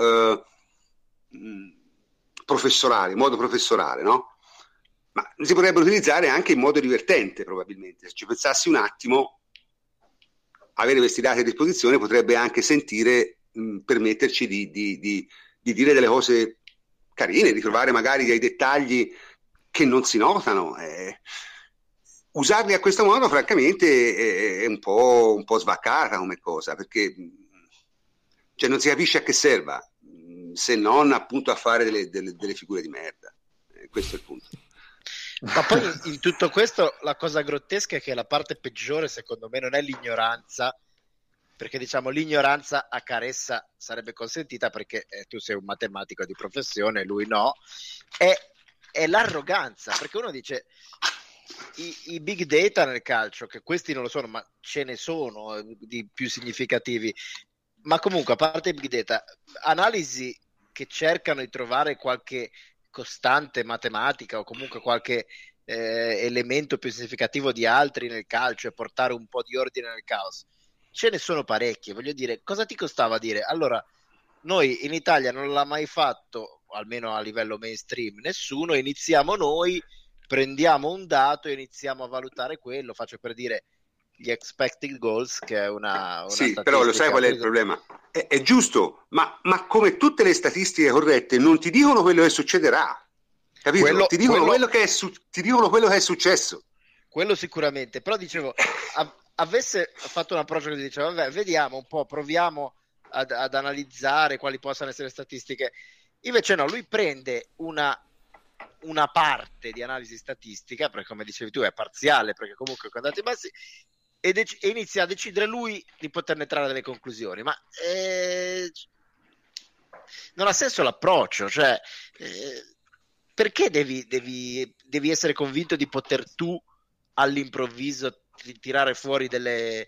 professorale, in modo professorale, no? Ma si potrebbero utilizzare anche in modo divertente, probabilmente. Se ci pensassi un attimo, avere questi dati a disposizione potrebbe anche permetterci di dire delle cose carine, di trovare magari dei dettagli che non si notano. Usarli a questo modo, francamente, è un po' svaccata come cosa, perché cioè, non si capisce a che serva, se non appunto a fare delle figure di merda. Questo è il punto. Ma poi in tutto questo la cosa grottesca è che la parte peggiore secondo me non è l'ignoranza, perché diciamo l'ignoranza a Caressa sarebbe consentita perché tu sei un matematico di professione, lui no, è l'arroganza, perché uno dice i big data nel calcio, che questi non lo sono, ma ce ne sono di più significativi, ma comunque a parte i big data, analisi che cercano di trovare qualche costante matematica o comunque qualche elemento più significativo di altri nel calcio e portare un po' di ordine nel caos, ce ne sono parecchie. Voglio dire, cosa ti costava dire allora noi in Italia non l'ha mai fatto, almeno a livello mainstream, nessuno, iniziamo noi, prendiamo un dato e iniziamo a valutare quello. Faccio per dire gli expected goals, che è una sì, però lo sai qual è il problema? È giusto, ma come tutte le statistiche corrette non ti dicono quello che succederà, capito? Ti dicono quello che è successo. Quello sicuramente, però dicevo, avesse fatto un approccio che diceva, vabbè, vediamo un po', proviamo ad analizzare quali possano essere le statistiche. Invece no, lui prende una parte di analisi statistica, perché come dicevi tu è parziale, perché comunque con dati bassi, e inizia a decidere lui di poterne trarre delle conclusioni. Ma non ha senso l'approccio, cioè perché devi essere convinto di poter tu all'improvviso tirare fuori dei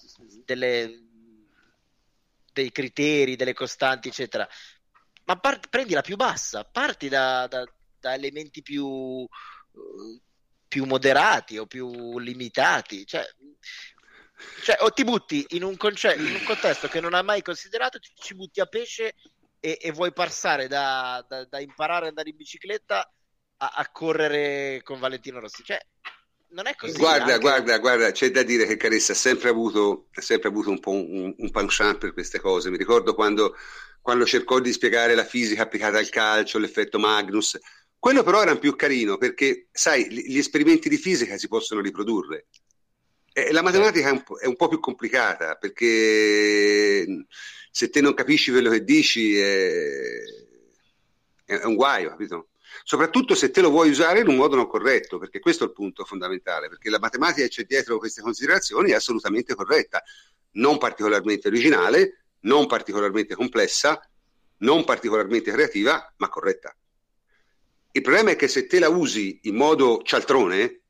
criteri, delle costanti, eccetera? Ma prendi la più bassa, parti da elementi più moderati o più limitati, cioè o ti butti in un contesto che non hai mai considerato, ci butti a pesce e vuoi passare da imparare ad andare in bicicletta a correre con Valentino Rossi, cioè non è così. Guarda, c'è da dire che Caressa ha sempre avuto un po' un penchant per queste cose. Mi ricordo quando cercò di spiegare la fisica applicata al calcio, l'effetto Magnus. Quello però era più carino, perché sai, gli esperimenti di fisica si possono riprodurre. La matematica è un po' più complicata, perché se te non capisci quello che dici è un guaio, capito? soprattutto se te lo vuoi usare in un modo non corretto, perché questo è il punto fondamentale, perché la matematica che c'è dietro queste considerazioni è assolutamente corretta, non particolarmente originale, non particolarmente complessa, non particolarmente creativa, ma corretta. Il problema è che se te la usi in modo cialtrone,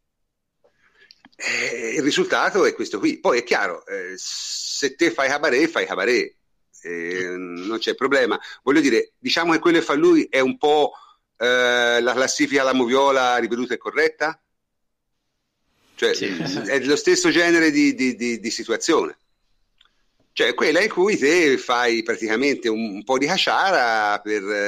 il risultato è questo qui. Poi è chiaro, se te fai cabaret, non c'è problema. Voglio dire, diciamo che quello che fa lui è un po' la classifica alla moviola ripetuta e corretta, cioè Sì. è lo stesso genere di situazione, cioè quella in cui te fai praticamente un po' di caciara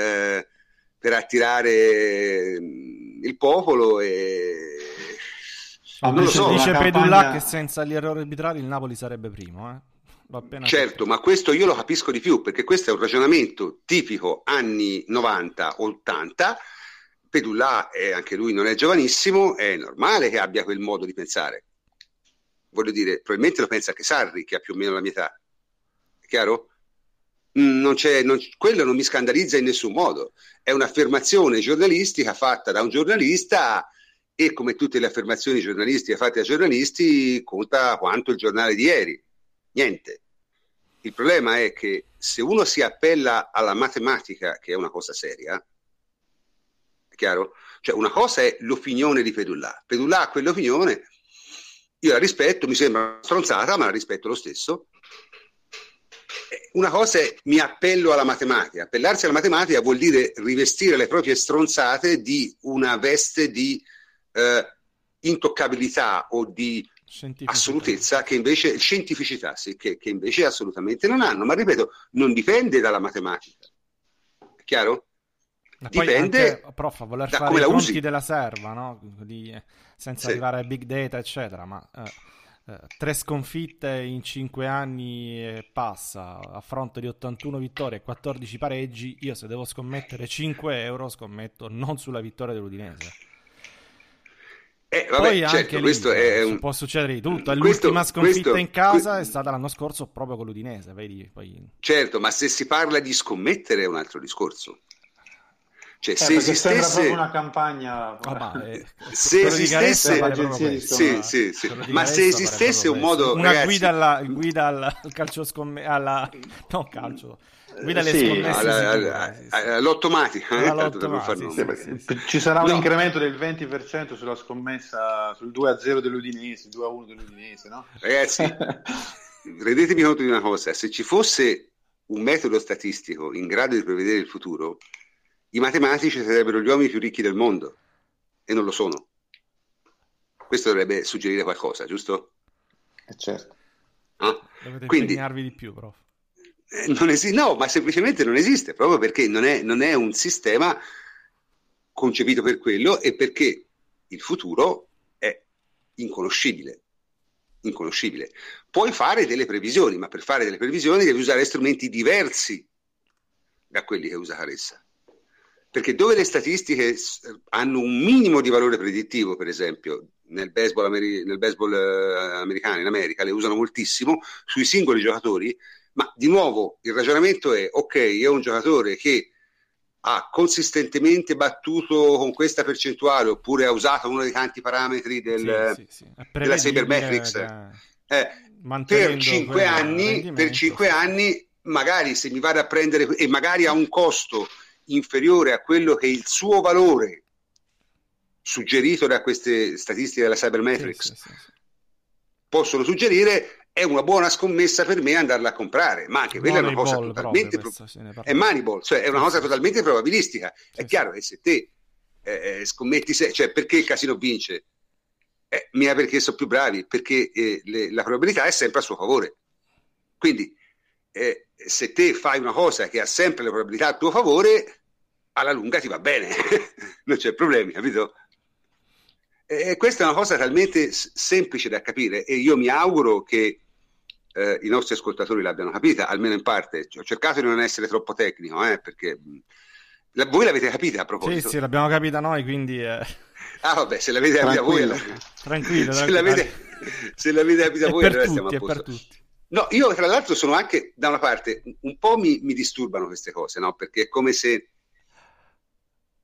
per attirare il popolo e non lo so. Dice campagna- Pedulla che senza gli errori arbitrali il Napoli sarebbe primo, L'ho appena Certo, ma questo io lo capisco di più, perché questo è un ragionamento tipico anni 90-80. Pedulla, anche lui non è giovanissimo, è normale che abbia quel modo di pensare. Voglio dire, probabilmente lo pensa anche Sarri, che ha più o meno la mia età. È chiaro? Quello non mi scandalizza in nessun modo. È un'affermazione giornalistica fatta da un giornalista e, come tutte le affermazioni giornalistiche fatte da giornalisti, conta quanto il giornale di ieri. Niente. Il problema è che se uno si appella alla matematica, che è una cosa seria, è chiaro? Cioè una cosa è l'opinione di Pedulla. Pedulla ha quell'opinione, io la rispetto, mi sembra una stronzata, ma la rispetto lo stesso. Una cosa è mi appello alla matematica. Appellarsi alla matematica vuol dire rivestire le proprie stronzate di una veste di intoccabilità o di assolutezza che invece scientificità, sì, che invece assolutamente non hanno, ma ripeto, non dipende dalla matematica, è chiaro? Dipende anche, prof, a voler da fare come i la conti usi. della serva, no? Senza Sì. arrivare a big data eccetera, ma 3 sconfitte in 5 anni e passa a fronte di 81 vittorie e 14 pareggi. Io se devo scommettere 5 euro scommetto non sulla vittoria dell'Udinese. Vabbè, Poi certo, anche lì questo è può succedere di tutto. questo- L'ultima sconfitta questo- in casa è stata l'anno scorso proprio con l'Udinese, vedi? Poi... certo, ma se si parla di scommettere è un altro discorso. Cioè, se perché sembra esistesse proprio una campagna. se quello di Caressa esistesse vale proprio agenzie di questo. sì, Quello di ma Caressa se vale esistesse proprio un modo, questo. Una ragazzi, guida al calcio non calcio, guida alle Sì, scommesse sicure, sì. all'automatica, All'otto, tanto per far sì, nome. sì. Ci sarà un No. incremento del 20% sulla scommessa sul 2-0 dell'Udinese, 2-1 dell'Udinese, no? Ragazzi, rendetemi conto di una cosa: se ci fosse un metodo statistico in grado di prevedere il futuro, i matematici sarebbero gli uomini più ricchi del mondo e non lo sono. Questo dovrebbe suggerire qualcosa, giusto? Certo. Ah? Dovete Quindi impegnarvi di più, prof. no, ma semplicemente non esiste, proprio perché non è un sistema concepito per quello e perché il futuro è inconoscibile. Puoi fare delle previsioni, ma per fare delle previsioni devi usare strumenti diversi da quelli che usa Caressa. Perché dove le statistiche hanno un minimo di valore predittivo, per esempio nel baseball americano, in America le usano moltissimo sui singoli giocatori, ma di nuovo il ragionamento è: ok, è un giocatore che ha consistentemente battuto con questa percentuale, oppure ha usato uno dei tanti parametri della Sabermetrics per 5 anni, magari se mi vado a prendere, e magari a un costo inferiore a quello che il suo valore suggerito da queste statistiche della Sabermetrics possono suggerire, è una buona scommessa per me andarla a comprare, ma anche quella è una cosa totalmente è Moneyball, cioè è una cosa totalmente probabilistica. È chiaro che se te scommetti, cioè perché il casino vince? Mica perché sono più bravi, perché la probabilità è sempre a suo favore. Quindi se te fai una cosa che ha sempre le probabilità a tuo favore, alla lunga ti va bene, non c'è problemi, capito? Questa è una cosa talmente semplice da capire e io mi auguro che i nostri ascoltatori l'abbiano capita, almeno in parte. Ho cercato di non essere troppo tecnico, perché voi l'avete capita a proposito? Sì, l'abbiamo capita noi, quindi... vabbè, se l'avete capita voi... Tranquillo. Se l'avete capita voi, allora stiamo a posto. Per tutti. No, io tra l'altro sono anche, da una parte, un po' mi disturbano queste cose, no? Perché è come se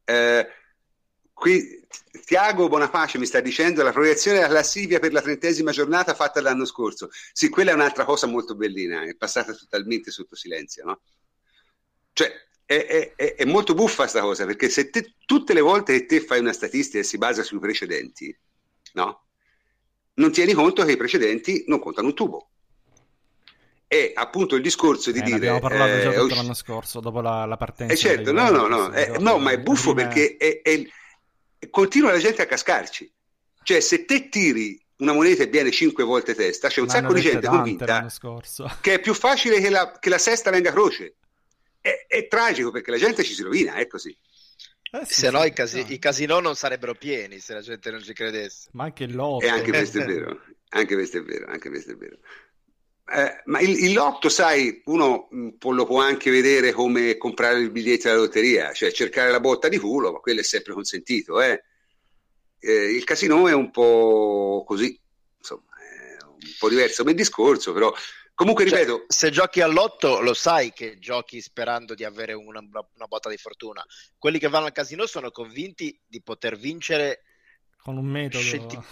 Qui Tiago Bonapace mi sta dicendo la proiezione della classifica per la 30ª giornata fatta l'anno scorso. Sì, quella è un'altra cosa molto bellina, è passata totalmente sotto silenzio, no? Cioè, è molto buffa sta cosa, perché se tutte le volte che te fai una statistica e si basa sui precedenti, no? Non tieni conto che i precedenti non contano un tubo. È appunto il discorso di dire... abbiamo parlato già tutto l'anno scorso, dopo la partenza. Certo, no, ma è buffo perché continua la gente a cascarci. Cioè, se te tiri una moneta e viene 5 volte testa, c'è un sacco di gente convinta che è più facile che la sesta venga croce. È tragico perché la gente ci si rovina, è così. Se no i casinò non sarebbero pieni se la gente non ci credesse. Ma anche il lotto. E anche questo è vero, anche questo è vero. Ma il lotto, sai, uno lo può anche vedere come comprare il biglietto della lotteria, cioè cercare la botta di culo, ma quello è sempre consentito. Il casino è un po' così, insomma, è un po' diverso come discorso, però comunque ripeto... se giochi al lotto lo sai che giochi sperando di avere una botta di fortuna. Quelli che vanno al casino sono convinti di poter vincere con un metodo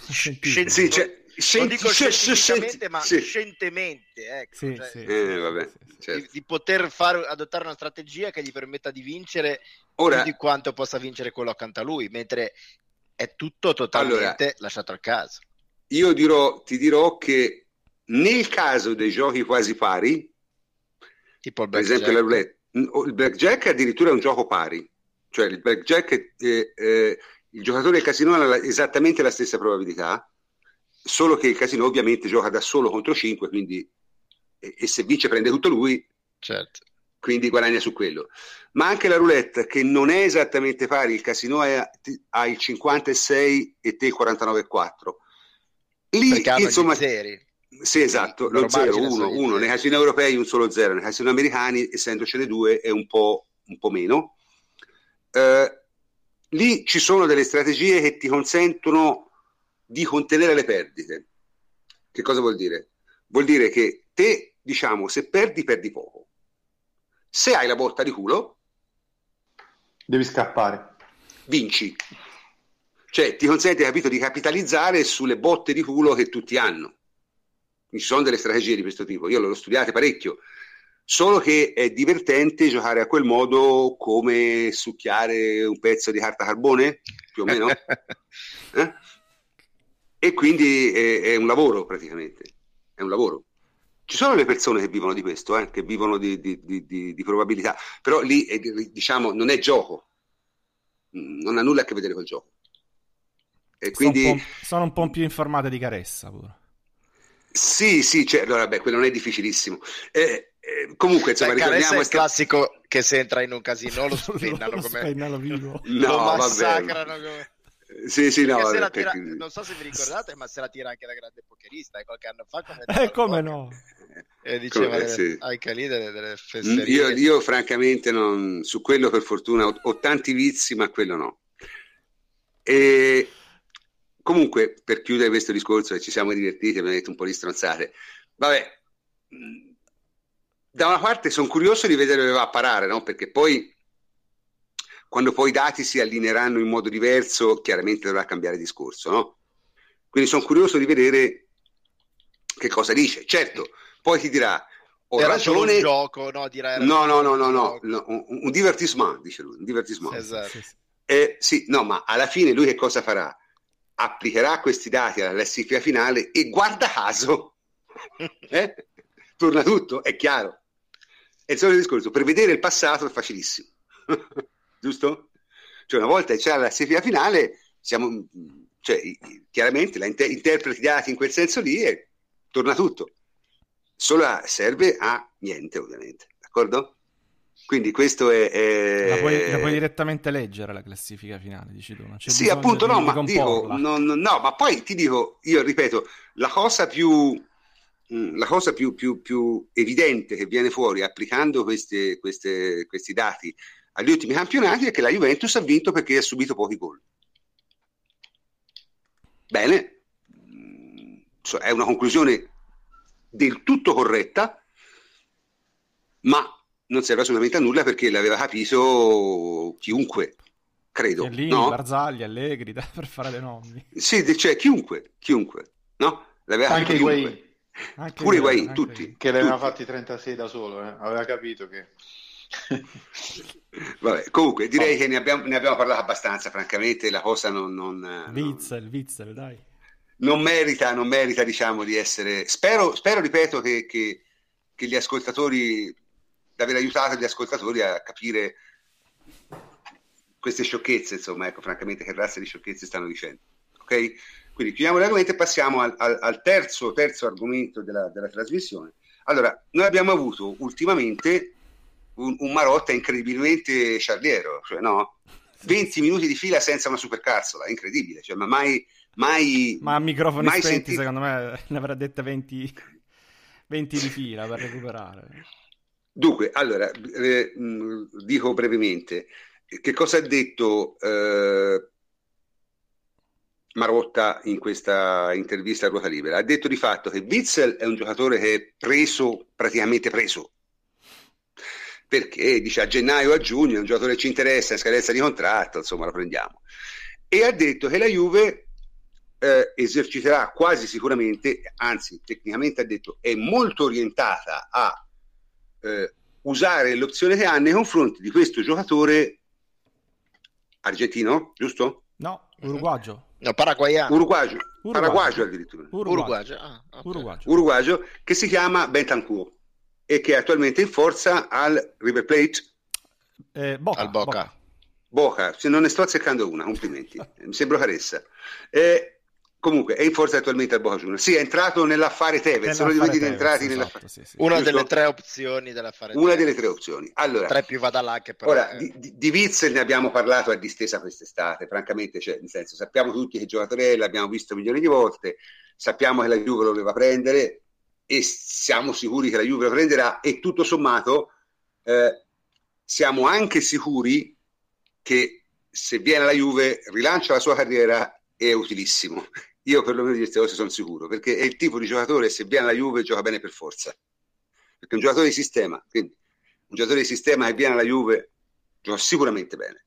non dico scientificamente, ma scientemente, ecco, vabbè, certo. di poter adottare una strategia che gli permetta di vincere più di quanto possa vincere quello accanto a lui, mentre è tutto totalmente lasciato al caso. Io ti dirò che nel caso dei giochi quasi pari, tipo il per esempio la roulette, il blackjack addirittura è un gioco pari, cioè il blackjack il giocatore del casino ha esattamente la stessa probabilità, solo che il casino ovviamente gioca da solo contro 5, quindi e se vince prende tutto lui, certo, quindi guadagna su quello. Ma anche la roulette, che non è esattamente pari, il casino ha il 56 e te il 49,4. Lì perché insomma hanno gli zeri. Sì, esatto, lo 0, 1 nei casino europei un solo 0, nei casino americani essendocene 2 è un po' meno. Lì ci sono delle strategie che ti consentono di contenere le perdite. Che cosa vuol dire? Vuol dire che te, diciamo, se perdi poco. Se hai la botta di culo, devi scappare. Vinci. Cioè ti consente, capito, di capitalizzare sulle botte di culo che tutti hanno. Ci sono delle strategie di questo tipo, io l'ho studiate parecchio, solo che è divertente giocare a quel modo come succhiare un pezzo di carta carbone, più o meno. E quindi è un lavoro praticamente, è un lavoro. Ci sono le persone che vivono di questo, che vivono di probabilità, però lì diciamo non è gioco, non ha nulla a che vedere col gioco. E quindi sono un po' più informate di Caressa pure. Sì, cioè, allora, quello non è difficilissimo. Comunque, insomma, Caressa è il classico che se entra in un casino lo spennano vivo. Lo massacrano come... Sì, no. Non so se vi ricordate, ma se la tira anche da grande pokerista qualche anno fa. Come no? E diceva ai cali delle fesserie. Io francamente su quello per fortuna ho tanti vizi, ma quello no. E comunque, per chiudere questo discorso, ci siamo divertiti, abbiamo detto un po' di stronzate. Vabbè, da una parte sono curioso di vedere dove va a parare, no? Perché poi quando poi i dati si allineeranno in modo diverso, chiaramente dovrà cambiare discorso, no? Quindi sono curioso di vedere che cosa dice. Certo, poi ti dirà ho ragione. Un gioco, no? Dirà no, un divertissement, dice lui, un divertissement. Esatto. Sì, no, ma alla fine lui che cosa farà? Applicherà questi dati alla classifica finale e guarda caso torna tutto, è chiaro. È il solito discorso, prevedere il passato è facilissimo. Giusto? Cioè una volta che c'è la classifica finale chiaramente interpreti i dati in quel senso lì e torna tutto. Solo serve a niente, ovviamente, d'accordo? Quindi questo è... La puoi direttamente leggere la classifica finale, dici tu? Sì, appunto, ma poi ti dico, io ripeto, la cosa più evidente che viene fuori applicando questi dati agli ultimi campionati è che la Juventus ha vinto perché ha subito pochi gol. Bene, è una conclusione del tutto corretta, ma non serve assolutamente a nulla perché l'aveva capito chiunque credo, Chiellini, no? Barzagli, Allegri, per fare le nomi. Sì, cioè chiunque, no? L'aveva Anche capito chiunque. Anche Pure Higuain, Higuain, anche tutti, Higuain. che ne aveva tutti. fatti 36 da solo, aveva capito che... Vabbè, comunque direi che ne abbiamo parlato abbastanza, francamente la cosa Witzel, dai. non merita, diciamo, di essere... Spero, ripeto, che gli ascoltatori, di aver aiutato gli ascoltatori a capire queste sciocchezze, insomma, ecco, francamente, che razza di sciocchezze stanno dicendo. Ok? Quindi chiudiamo l'argomento e passiamo al terzo argomento della trasmissione. Allora, noi abbiamo avuto ultimamente un Marotta incredibilmente ciarliero, cioè no? 20 minuti di fila senza una supercazzola, è incredibile, cioè, ma mai Ma a microfoni mai spenti, sentito... secondo me ne avrà dette 20 di fila per recuperare. Dunque, allora, dico brevemente, che cosa ha detto Marotta in questa intervista a Ruota Libera? Ha detto di fatto che Witsel è un giocatore che è praticamente preso, perché dice a gennaio o a giugno è un giocatore che ci interessa, in scadenza di contratto, insomma lo prendiamo. E ha detto che la Juve eserciterà quasi sicuramente, anzi tecnicamente ha detto è molto orientata a usare l'opzione che ha nei confronti di questo giocatore argentino, giusto? No, uruguagio. No, paraguayano. Paraguagio addirittura. Uruguagio. Okay. Uruguagio, che si chiama Bentancur e che è attualmente in forza al River Plate. Boca, se non ne sto azzeccando una, complimenti, mi sembra caressa. Comunque è in forza attualmente al Boca Juniors. Sì, è entrato nell'affare Tevez, sono due rientrati nell'affare. Sì. Una delle tre opzioni dell'affare Tevez. Una delle tre opzioni. Allora, tre più vada là che però ora, di Witsel ne abbiamo parlato a distesa quest'estate, francamente, cioè, nel senso, sappiamo tutti che giocatori l'abbiamo visto milioni di volte, sappiamo che la Juve lo voleva prendere e siamo sicuri che la Juve lo prenderà e tutto sommato siamo anche sicuri che se viene alla Juve rilancia la sua carriera e è utilissimo. Io perlomeno di queste cose sono sicuro, perché è il tipo di giocatore, se viene alla Juve gioca bene per forza, perché è un giocatore di sistema, quindi un giocatore di sistema che viene alla Juve gioca sicuramente bene.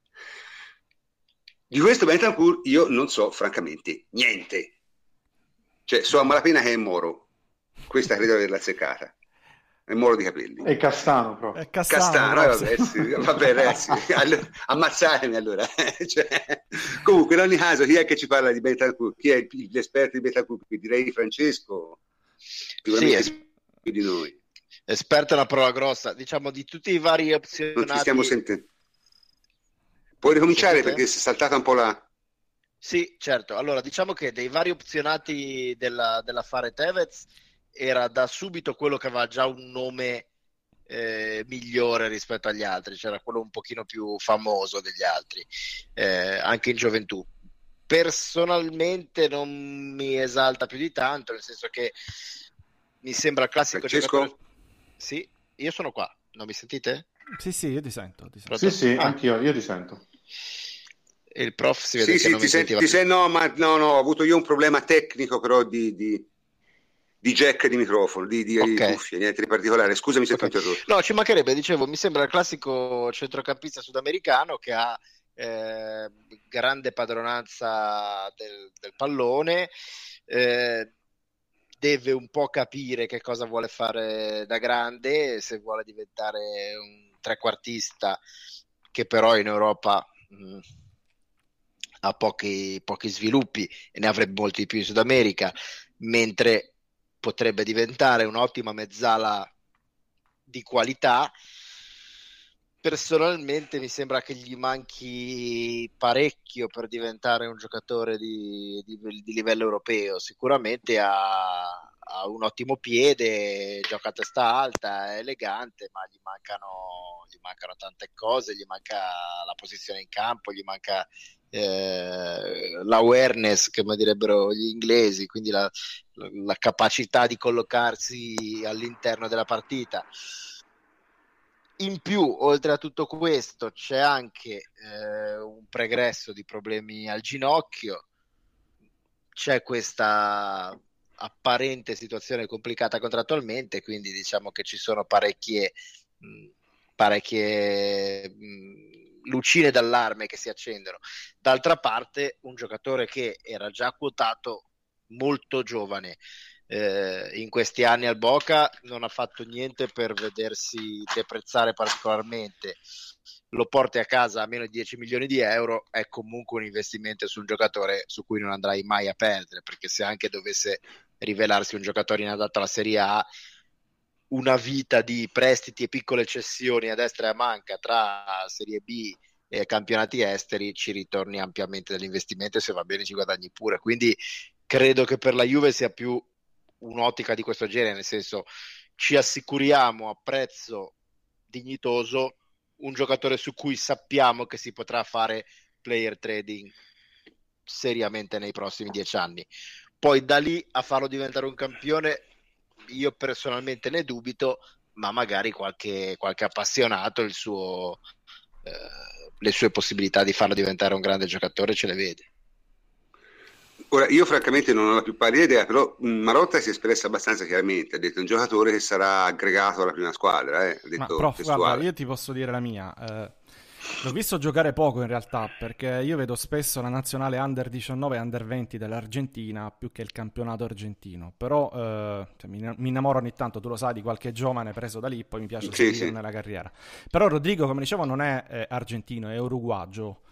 Di questo Bentancur io non so francamente niente, cioè so a malapena che è Moro, questa credo di averla azzeccata. È Moro di capelli. È Castano proprio. È Castano vabbè, sì, vabbè ragazzi, ammazzatemi allora. Cioè, comunque in ogni caso chi è che ci parla di Bentancur? Chi è l'esperto di Bentancur? Direi Francesco, sicuramente sì, più di noi. Esperto è una parola grossa, diciamo di tutti i vari opzionati. Non ti stiamo sentendo. Puoi ricominciare perché si è saltata un po' la... Sì, certo. Allora, diciamo che dei vari opzionati dell'affare Tevez era da subito quello che aveva già un nome migliore rispetto agli altri, c'era quello un pochino più famoso degli altri, anche in gioventù. Personalmente non mi esalta più di tanto, nel senso che mi sembra il classico giocatore. Sì, io sono qua, non mi sentite? Sì, io ti sento. Sì, anch'io, io ti sento. E il prof si vede che non mi sentiva. No, ho avuto io un problema tecnico però di jack di microfono, di cuffie, niente di particolare. Scusami se ti ho interrotto. No, ci mancherebbe, dicevo, mi sembra il classico centrocampista sudamericano che ha grande padronanza del pallone, deve un po' capire che cosa vuole fare da grande, se vuole diventare un trequartista che però in Europa ha pochi sviluppi e ne avrebbe molti di più in Sud America, mentre potrebbe diventare un'ottima mezzala di qualità. Personalmente mi sembra che gli manchi parecchio per diventare un giocatore di livello europeo. Sicuramente ha un ottimo piede, gioca a testa alta, è elegante, ma gli mancano tante cose, gli manca la posizione in campo, gli manca l'awareness, come direbbero gli inglesi, quindi la capacità di collocarsi all'interno della partita. In più, oltre a tutto questo, c'è anche un pregresso di problemi al ginocchio, c'è questa apparente situazione complicata contrattualmente, quindi diciamo che ci sono parecchie lucine d'allarme che si accendono. D'altra parte, un giocatore che era già quotato molto giovane, in questi anni al Boca non ha fatto niente per vedersi deprezzare particolarmente, lo porti a casa a meno di 10 milioni di euro, è comunque un investimento su un giocatore su cui non andrai mai a perdere, perché se anche dovesse rivelarsi un giocatore inadatto alla Serie A, una vita di prestiti e piccole cessioni a destra e a manca tra Serie B e campionati esteri ci ritorni ampiamente dall'investimento, e se va bene ci guadagni pure. Quindi credo che per la Juve sia più un'ottica di questo genere, nel senso, ci assicuriamo a prezzo dignitoso un giocatore su cui sappiamo che si potrà fare player trading seriamente nei prossimi 10 anni. Poi da lì a farlo diventare un campione io personalmente ne dubito, ma magari qualche appassionato le sue possibilità di farlo diventare un grande giocatore ce le vede. Ora, io francamente non ho la più pallida idea, però Marotta si è espressa abbastanza chiaramente, ha detto un giocatore che sarà aggregato alla prima squadra, ha detto Ma prof, guarda, io ti posso dire la mia. L'ho visto giocare poco in realtà, perché io vedo spesso la nazionale under 19 e under 20 dell'Argentina più che il campionato argentino, però mi innamoro ogni tanto, tu lo sai, di qualche giovane preso da lì, poi mi piace seguire nella carriera. Però Rodrigo, come dicevo, non è argentino, è uruguagio.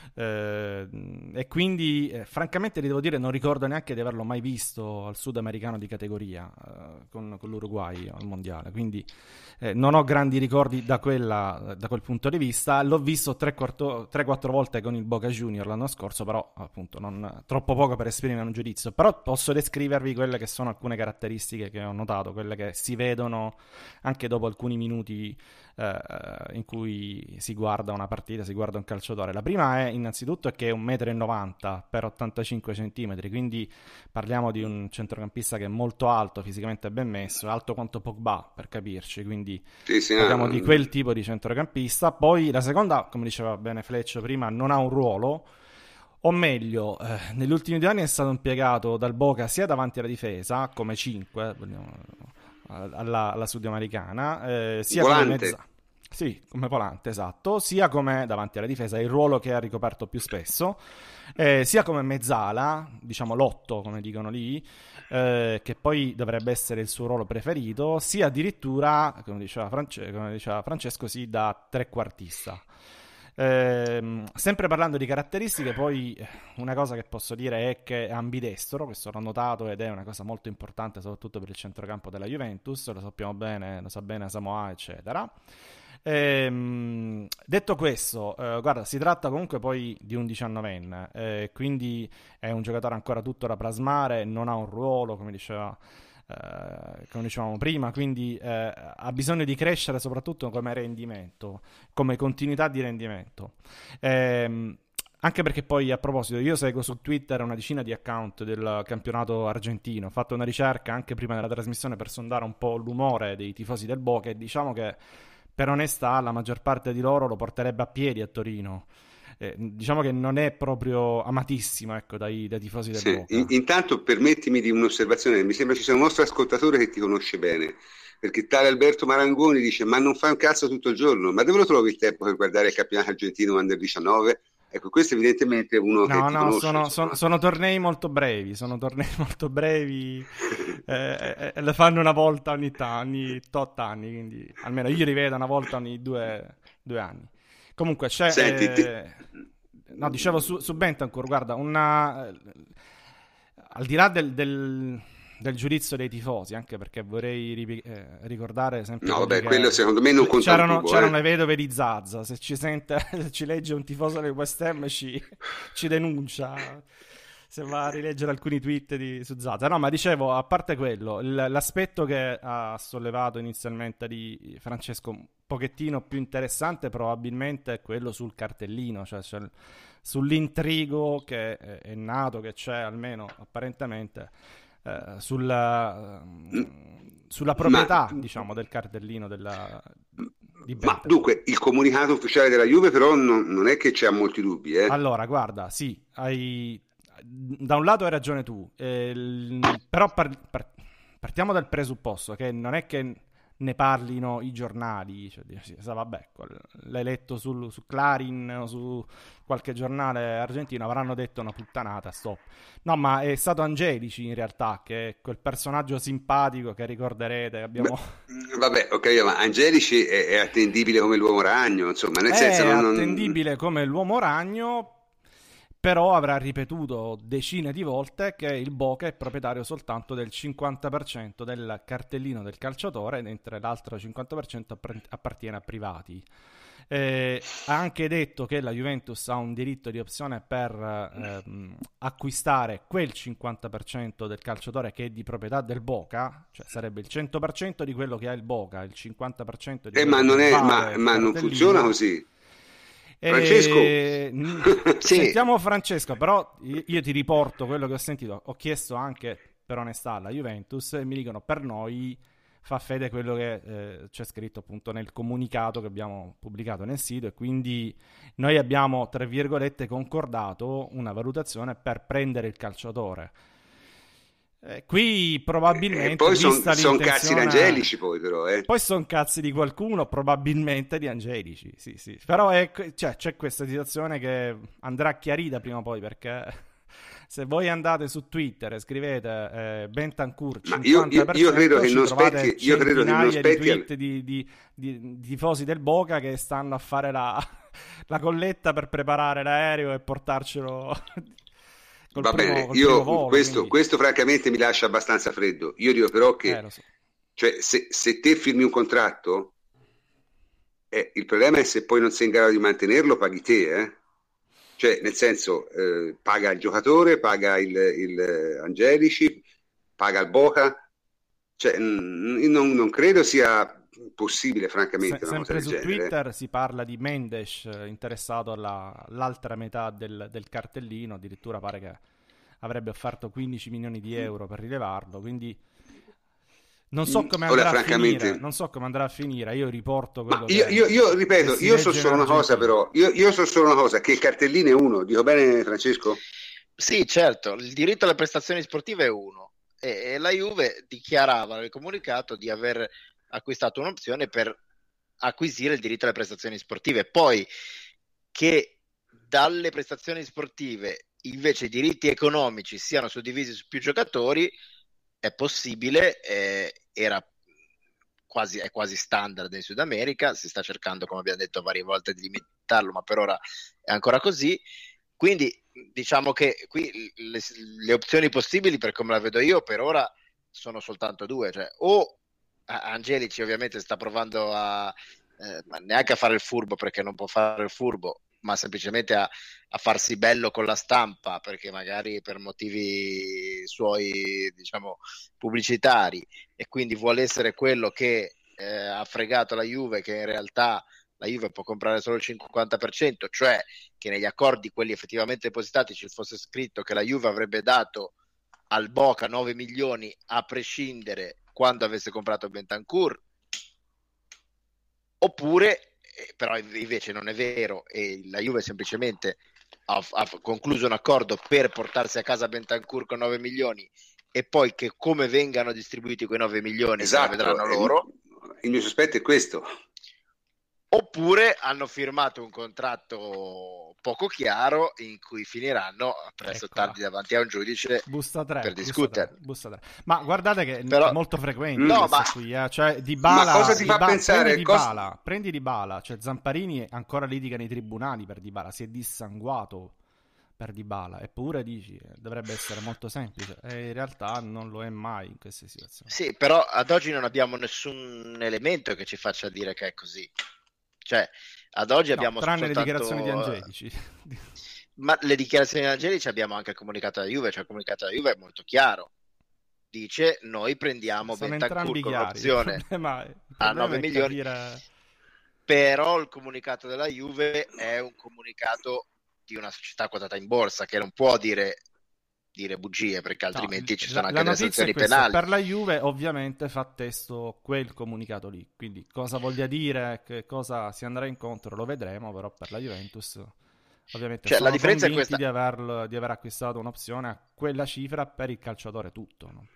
E quindi francamente ti devo dire, non ricordo neanche di averlo mai visto al sudamericano di categoria con l'Uruguay al mondiale, quindi non ho grandi ricordi da quel punto di vista. L'ho visto 3-4 volte con il Boca Junior l'anno scorso, però appunto non troppo poco per esprimere un giudizio, però posso descrivervi quelle che sono alcune caratteristiche che ho notato, quelle che si vedono anche dopo alcuni minuti in cui si guarda una partita, si guarda un calciatore. La prima è innanzitutto che è 1,90 m per 85 cm, quindi parliamo di un centrocampista che è molto alto, fisicamente ben messo, alto quanto Pogba per capirci, quindi parliamo di quel tipo di centrocampista. Poi la seconda, come diceva bene Fleccio prima, non ha un ruolo, o meglio, negli ultimi 2 anni è stato impiegato dal Boca sia davanti alla difesa come 5 alla sudamericana, sia volante. come volante, esatto, sia come davanti alla difesa, è il ruolo che ha ricoperto più spesso, sia come mezzala, diciamo l'8 come dicono lì, che poi dovrebbe essere il suo ruolo preferito, sia addirittura, come diceva Francesco, sì, da trequartista. Sempre parlando di caratteristiche, poi una cosa che posso dire è che è ambidestro, questo l'ho notato ed è una cosa molto importante soprattutto per il centrocampo della Juventus, lo sappiamo bene, lo sa bene Samoa eccetera. Detto questo, guarda, si tratta comunque poi di un 19enne, quindi è un giocatore ancora tutto da plasmare, non ha un ruolo come dicevamo prima, quindi ha bisogno di crescere soprattutto come rendimento, come continuità di rendimento. Anche perché poi, a proposito, io seguo su Twitter una decina di account del campionato argentino, ho fatto una ricerca anche prima della trasmissione per sondare un po' l'umore dei tifosi del Boca e diciamo che per onestà la maggior parte di loro lo porterebbe a piedi a Torino. Diciamo che non è proprio amatissimo, ecco, dai tifosi del Boca. Intanto permettimi di un'osservazione, mi sembra ci sia un nostro ascoltatore che ti conosce bene, perché tale Alberto Marangoni dice: ma non fai un cazzo tutto il giorno, ma dove lo trovi il tempo per guardare il campionato argentino under 19? Ecco, questo evidentemente è uno che ti conosce. Sono tornei molto brevi, le fanno una volta ogni tot anni, quindi almeno io li vedo una volta ogni due anni. Comunque c'è... Senti, no, dicevo su Bentancur, guarda, al di là del giudizio dei tifosi, anche perché vorrei ricordare sempre... No, vabbè, quello secondo me non conta un tubo, c'erano le vedove di Zaza, se ci legge un tifoso del West Ham ci denuncia... se va a rileggere alcuni tweet su Zaza. No, ma dicevo, a parte quello, l'aspetto che ha sollevato inizialmente di Francesco, un pochettino più interessante probabilmente è quello sul cartellino, cioè sull'intrigo che è nato, che c'è almeno apparentemente, sulla proprietà, diciamo, del cartellino di Ma dunque, il comunicato ufficiale della Juve però non è che c'ha molti dubbi, Allora, guarda, sì, da un lato hai ragione tu, però partiamo dal presupposto che non è che ne parlino i giornali, cioè, vabbè, l'hai letto su Clarin o su qualche giornale argentino, avranno detto una puttanata, stop. No, ma è stato Angelici in realtà, che è quel personaggio simpatico che ricorderete, abbiamo... Vabbè, ok, ma Angelici è attendibile come l'uomo ragno, insomma, nel senso... È attendibile come l'uomo ragno, però avrà ripetuto decine di volte che il Boca è proprietario soltanto del 50% del cartellino del calciatore, mentre l'altro 50% appartiene a privati. Ha anche detto che la Juventus ha un diritto di opzione per acquistare quel 50% del calciatore che è di proprietà del Boca, cioè sarebbe il 100% di quello che ha il Boca, il 50% di quello ma non che è, vale ma non funziona così. Francesco? Sentiamo Francesco, però io ti riporto quello che ho sentito. Ho chiesto anche per onestà alla Juventus e mi dicono per noi fa fede quello che c'è scritto appunto nel comunicato che abbiamo pubblicato nel sito, e quindi noi abbiamo, tra virgolette, concordato una valutazione per prendere il calciatore. Qui probabilmente poi sono cazzi di Angelici, poi però poi sono cazzi di qualcuno, probabilmente di Angelici, sì. Però c'è questa situazione che andrà chiarita prima o poi, perché se voi andate su Twitter e scrivete Bentancur 50%, io credo che non trovate spetti, io credo che non spetti di tifosi del Boca che stanno a fare la colletta per preparare l'aereo e portarcelo. Va bene, volo, questo francamente mi lascia abbastanza freddo. Io dico però che lo so. Cioè, se te firmi un contratto, il problema è se poi non sei in grado di mantenerlo, paghi te, Cioè, nel senso, paga il giocatore, paga il Angelici, paga il Boca. Cioè, non credo sia possibile, francamente, una cosa sempre del su genere. Twitter si parla di Mendes interessato all'altra metà del cartellino, addirittura pare che avrebbe offerto 15 milioni di euro per rilevarlo, quindi non so come andrà a finire, io riporto quello io ripeto, io so solo una cosa, però io so solo una cosa, che il cartellino è uno, dico bene Francesco? Sì, certo, il diritto alle prestazioni sportive è uno, e la Juve dichiarava nel comunicato di aver acquistato un'opzione per acquisire il diritto alle prestazioni sportive. Poi che dalle prestazioni sportive invece i diritti economici siano suddivisi su più giocatori è possibile, è quasi standard in Sud America, si sta cercando, come abbiamo detto varie volte, di limitarlo, ma per ora è ancora così. Quindi diciamo che qui le opzioni possibili, per come la vedo io, per ora sono soltanto due, cioè o Angelici ovviamente sta provando neanche a fare il furbo, perché non può fare il furbo, ma semplicemente a farsi bello con la stampa, perché magari per motivi suoi, diciamo, pubblicitari, e quindi vuole essere quello che ha fregato la Juve, che in realtà la Juve può comprare solo il 50%, cioè che negli accordi, quelli effettivamente depositati, ci fosse scritto che la Juve avrebbe dato al Boca 9 milioni a prescindere quando avesse comprato Bentancur. Oppure, però invece non è vero, e la Juve semplicemente ha concluso un accordo per portarsi a casa Bentancur con 9 milioni, e poi che come vengano distribuiti quei 9 milioni se la vedranno loro. Il mio sospetto è questo. Oppure hanno firmato un contratto poco chiaro in cui finiranno presto tardi davanti a un giudice per discutere. Busta 3. Ma guardate che è molto frequente qui, cioè Dybala, ma cosa ti fa pensare? Prendi Dybala, cioè Zamparini ancora litiga nei tribunali per Dybala, si è dissanguato per Dybala, eppure dici dovrebbe essere molto semplice, e in realtà non lo è mai in queste situazioni. Sì, però ad oggi non abbiamo nessun elemento che ci faccia dire che è così. Cioè, ad oggi abbiamo tranne le dichiarazioni di Angelici. Ma le dichiarazioni di Angelici, abbiamo anche il comunicato della Juve, cioè il comunicato della Juve è molto chiaro. Dice, noi prendiamo Bentancur con un'opzione a 9 milioni. Però il comunicato della Juve è un comunicato di una società quotata in borsa, che non può dire bugie, perché altrimenti ci sono anche delle sanzioni penali. Per la Juve ovviamente fa testo quel comunicato lì, quindi cosa voglia dire, che cosa si andrà incontro lo vedremo, però per la Juventus ovviamente sono la differenza convinti è questa: di aver acquistato un'opzione a quella cifra per il calciatore tutto, non per...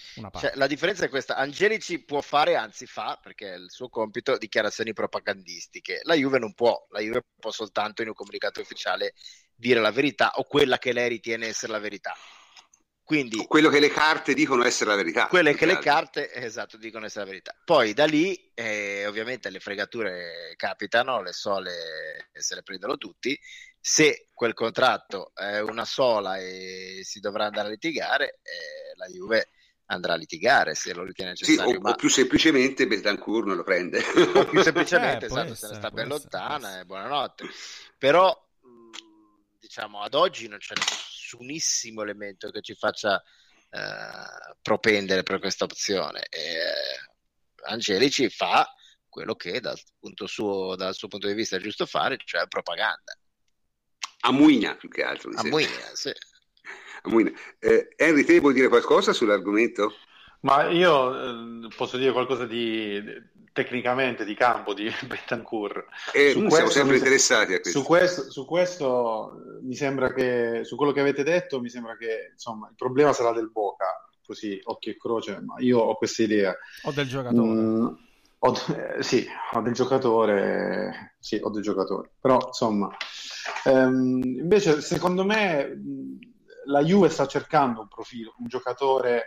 una parte. Cioè, la differenza è questa: Angelici può fare, anzi fa, perché è il suo compito, dichiarazioni propagandistiche. La Juve non può, la Juve può soltanto in un comunicato ufficiale dire la verità o quella che lei ritiene essere la verità. Quindi quello che le carte dicono essere la verità. quelle che le carte, esatto, dicono essere la verità. Poi da lì, ovviamente, le fregature capitano, le sole se le prendono tutti. Se quel contratto è una sola e si dovrà andare a litigare, la Juve andrà a litigare se lo ritiene necessario. O più semplicemente Bentancur non lo prende. O più semplicemente, esatto, se ne sta ben lontana e buonanotte. Però, diciamo, ad oggi non c'è nessunissimo elemento che ci faccia propendere per questa opzione. Angelici fa quello che dal suo punto di vista è giusto fare, cioè propaganda. Ammuina più che altro. Sì. Ammuina. Henry, te vuoi dire qualcosa sull'argomento? Ma io posso dire qualcosa tecnicamente di campo di Bentancur. Siamo sempre interessati a questo. Su questo mi sembra che, su quello che avete detto, mi sembra che insomma il problema sarà del Boca, così occhio e croce, ma io ho questa idea. O del giocatore. Sì, ho del giocatore, però insomma, invece secondo me la Juve sta cercando un profilo, un giocatore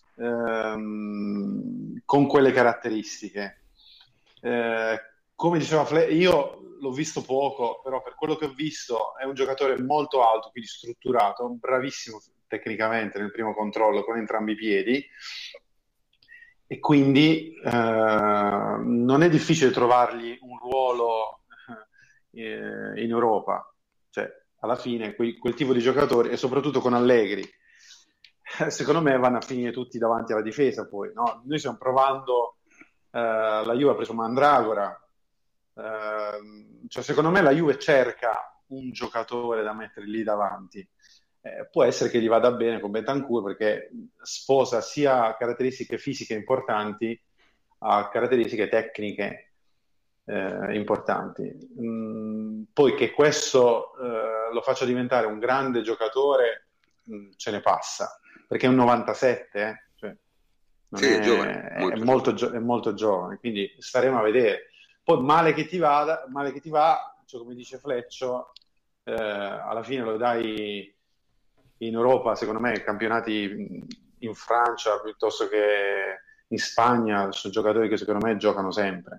con quelle caratteristiche. Come diceva io l'ho visto poco, però per quello che ho visto è un giocatore molto alto, quindi strutturato, bravissimo tecnicamente nel primo controllo con entrambi i piedi, e quindi non è difficile trovargli un ruolo in Europa, cioè alla fine quel tipo di giocatori, e soprattutto con Allegri, secondo me vanno a finire tutti davanti alla difesa. Poi no? Noi stiamo provando, la Juve ha preso Mandragora, cioè secondo me la Juve cerca un giocatore da mettere lì davanti. Può essere che gli vada bene con Bentancur perché sposa sia caratteristiche fisiche importanti a caratteristiche tecniche importanti. Poi che questo lo faccia diventare un grande giocatore, ce ne passa, perché è un 97, cioè è giovane, è molto giovane, quindi staremo a vedere. Poi male che ti va, cioè, come dice Fleccio, alla fine lo dai in Europa, secondo me, campionati in Francia piuttosto che in Spagna, sono giocatori che secondo me giocano sempre.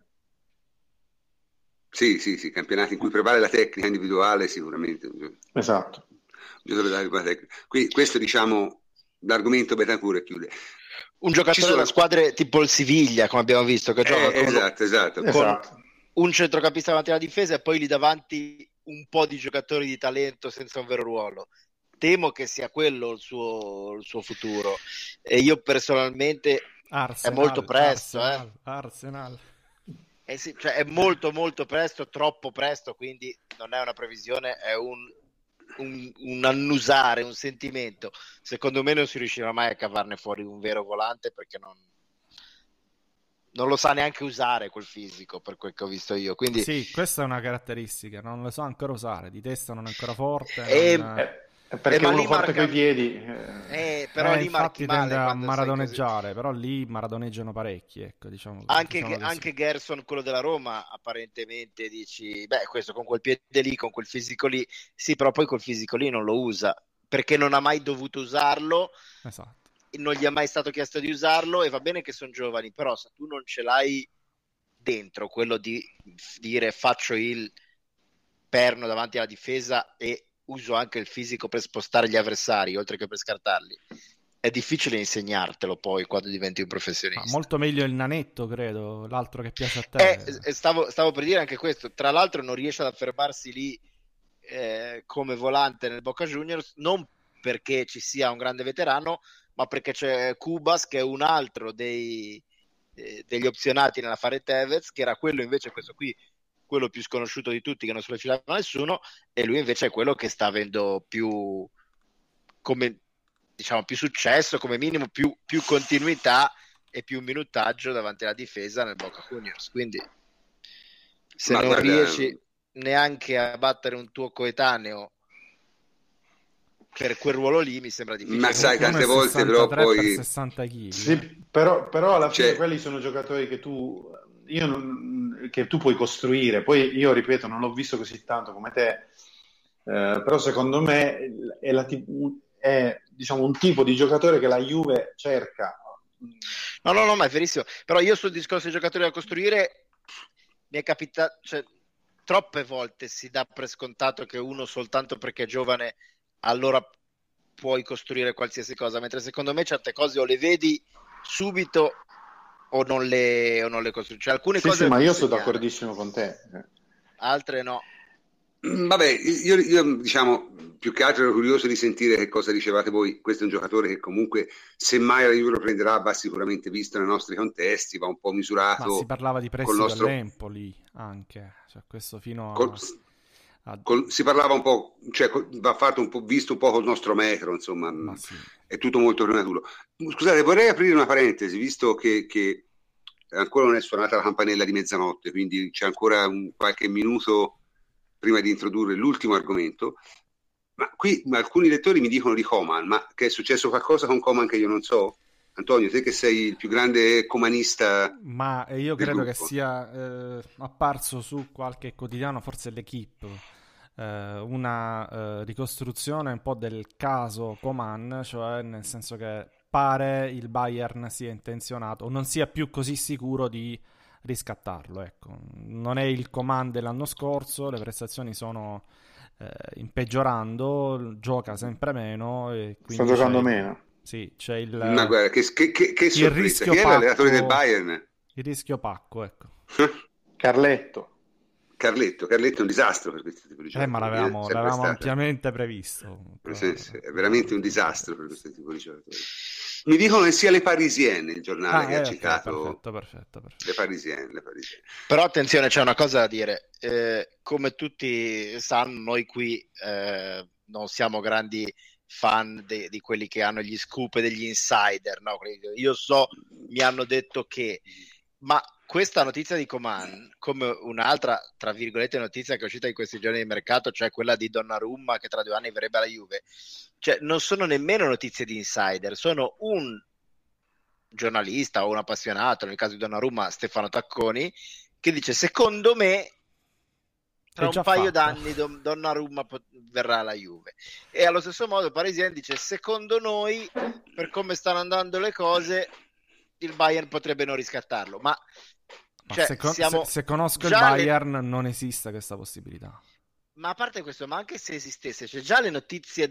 Sì, campionati in cui prevale la tecnica individuale sicuramente. Esatto. Qui, questo diciamo l'argomento Bentancur chiude. Un giocatore da squadre tipo il Siviglia, come abbiamo visto, che gioca esatto. Con un centrocampista davanti alla difesa e poi lì davanti un po' di giocatori di talento senza un vero ruolo. Temo che sia quello il suo futuro, e io personalmente Arsenal, è molto presto. Arsenal. Sì, cioè è molto molto presto, troppo presto, quindi non è una previsione, è un annusare, un sentimento. Secondo me non si riuscirà mai a cavarne fuori un vero volante, perché non lo sa neanche usare quel fisico, per quel che ho visto io. Quindi sì, questa è una caratteristica, non lo sa ancora usare, di testa non è ancora forte. Perché uno forte coi piedi, però lì infatti marchi tende a male maradoneggiare, però lì maradoneggiano parecchi, ecco, diciamo anche Gerson, quello della Roma, apparentemente dici, beh, questo con quel piede lì, con quel fisico lì, sì, però poi quel fisico lì non lo usa, perché non ha mai dovuto usarlo. Esatto. Non gli è mai stato chiesto di usarlo, e va bene che sono giovani, però se tu non ce l'hai dentro quello di dire faccio il perno davanti alla difesa e uso anche il fisico per spostare gli avversari oltre che per scartarli, è difficile insegnartelo poi quando diventi un professionista. Ma molto meglio il nanetto, credo, l'altro che piace a te. Stavo per dire anche questo. Tra l'altro non riesce ad affermarsi lì come volante nel Boca Juniors, non perché ci sia un grande veterano, ma perché c'è Cubas, che è un altro degli opzionati nell'affare Tevez, che era quello invece, questo qui, quello più sconosciuto di tutti, che non se lo filava nessuno, e lui invece è quello che sta avendo più successo, come minimo più continuità e più minutaggio davanti alla difesa nel Boca Juniors. Quindi se riesci neanche a battere un tuo coetaneo per quel ruolo lì mi sembra difficile. Ma sai, tante volte però poi... per 60 kg. Sì, però alla fine quelli sono giocatori che tu puoi costruire. Poi io ripeto, non l'ho visto così tanto come te, però secondo me è diciamo un tipo di giocatore che la Juve cerca. No, ma è verissimo. Però io sul discorso di giocatori da costruire mi è capitato, cioè, troppe volte si dà per scontato che uno soltanto perché è giovane allora puoi costruire qualsiasi cosa, mentre secondo me certe cose o le vedi subito o non le costruisci. Cioè, alcune cose sì, ma io sono d'accordissimo con te. Altre no. Vabbè, io diciamo più che altro ero curioso di sentire che cosa dicevate voi. Questo è un giocatore che comunque semmai la Juve lo prenderà va sicuramente visto nei nostri contesti, va un po' misurato. Ma si parlava di prestito all'Empoli anche, cioè questo fino a... si parlava un po', cioè va fatto un po' visto un po' col nostro metro, insomma, sì. È tutto molto prematuro. Scusate, vorrei aprire una parentesi, visto che ancora non è suonata la campanella di mezzanotte, quindi c'è ancora qualche minuto prima di introdurre l'ultimo argomento. Ma qui alcuni lettori mi dicono di Coman, ma che è successo qualcosa con Coman che io non so? Antonio, te che sei il più grande comanista, ma io credo che sia apparso su qualche quotidiano, forse l'Equipe, una ricostruzione un po' del caso Coman, cioè nel senso che pare il Bayern sia intenzionato o non sia più così sicuro di riscattarlo, ecco. Non è il Coman dell'anno scorso, le prestazioni sono peggiorando, gioca sempre meno e quindi sta giocando meno. Sì, c'è il... Ma guarda, che sorpresa, rischio chi è pacco, l'allenatore del Bayern? Il rischio pacco, ecco. Carletto è un disastro per questo tipo di giocatori. Ma l'avevamo ampiamente previsto. Sì, è veramente un disastro per questo tipo di giocatori. Mi dicono che sia Le Parisienne il giornale che ha citato. Perfetto. Le Parisienne. Però attenzione, c'è una cosa da dire. Come tutti sanno, noi qui non siamo grandi fan di quelli che hanno gli scoop e degli insider, no? Io mi hanno detto che... Ma questa notizia di Coman, come un'altra, tra virgolette, notizia che è uscita in questi giorni di mercato, cioè quella di Donnarumma che tra 2 anni verrebbe alla Juve, cioè non sono nemmeno notizie di insider, sono un giornalista o un appassionato, nel caso di Donnarumma Stefano Tacconi, che dice secondo me tra un paio d'anni Donnarumma verrà alla Juve. E allo stesso modo Parisien dice secondo noi, per come stanno andando le cose, il Bayern potrebbe non riscattarlo, ma se conosco il Bayern non esiste questa possibilità. Ma a parte questo, ma anche se esistesse, c'è già le notizie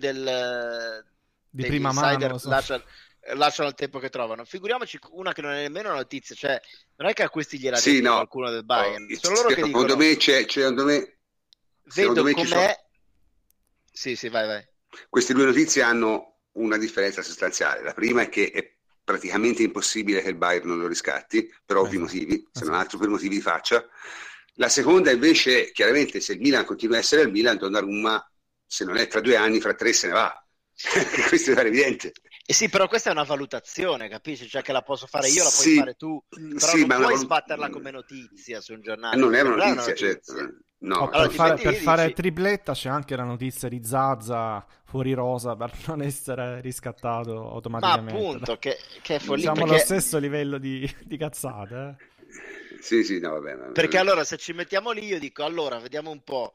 di prima mano lasciano il tempo che trovano. Figuriamoci una che non è nemmeno una notizia, cioè non è che a questi gliela detto qualcuno del Bayern, sono loro che dicono. Secondo me com'è. Sì, vai. Queste 2 notizie hanno una differenza sostanziale. La prima è che è praticamente impossibile che il Bayern non lo riscatti, per ovvi motivi, se non altro per motivi di faccia. La seconda invece, chiaramente, se il Milan continua a essere il Milan, Donnarumma, se non è tra 2 anni, fra 3 se ne va. Questo è evidente. Sì, però questa è una valutazione, capisci? Cioè che la posso fare io, la puoi fare tu, però non puoi sbatterla come notizia su un giornale. Non è una notizia, certo. No. Allora, per fare tripletta c'è anche la notizia di Zaza fuori rosa per non essere riscattato automaticamente. Ma appunto, che è follia. Siamo allo stesso livello di cazzate. Sì, no, vabbè. Perché allora se ci mettiamo lì io dico, allora vediamo un po',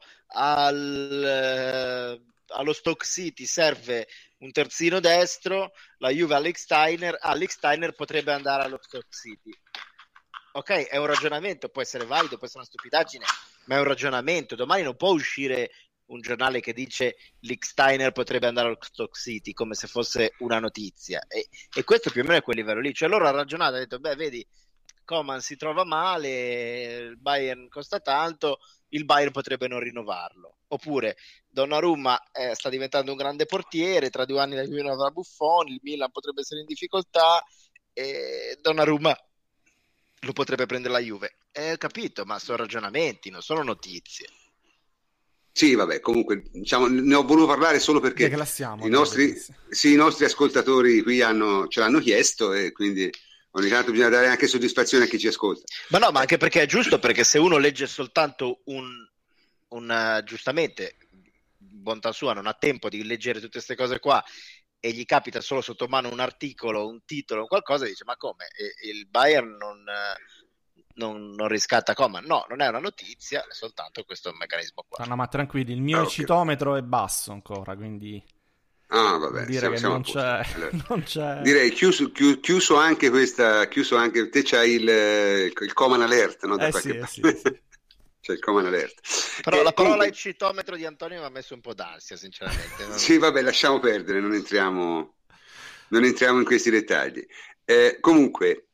allo Stoke City serve un terzino destro, la Juve Alex Steiner potrebbe andare allo Stoke City. Ok, è un ragionamento, può essere valido, può essere una stupidaggine, ma è un ragionamento. Domani non può uscire un giornale che dice Steiner potrebbe andare allo Stoke City come se fosse una notizia, e questo più o meno è quel livello lì. Cioè loro hanno ragionato, hanno detto, vedi, Coman si trova male, il Bayern costa tanto, il Bayern potrebbe non rinnovarlo. Oppure Donnarumma sta diventando un grande portiere, tra 2 anni la Juve non avrà Buffon, il Milan potrebbe essere in difficoltà e Donnarumma lo potrebbe prendere la Juve. Capito, ma sono ragionamenti, non sono notizie. Sì, vabbè, comunque diciamo, ne ho voluto parlare solo perché i nostri ascoltatori qui ce l'hanno chiesto e quindi ogni tanto bisogna dare anche soddisfazione a chi ci ascolta. Ma no, ma anche perché è giusto, perché se uno legge soltanto giustamente bontà sua non ha tempo di leggere tutte queste cose qua e gli capita solo sotto mano un articolo, un titolo, qualcosa, dice ma come? E il Bayern non riscatta Coman? No, non è una notizia, è soltanto questo meccanismo qua. No, ma tranquilli, il mio citometro è basso ancora, quindi vabbè, vuol dire che non c'è, allora, non c'è. Direi chiuso anche questa, chiuso anche te c'hai il Coman Alert, no? Da qualche parte. Sì. C'è il Coman Alert. Però la parola comunque... citometro di Antonio mi ha messo un po' d'ansia, sinceramente. Sì, vabbè, lasciamo perdere, non entriamo in questi dettagli. Comunque,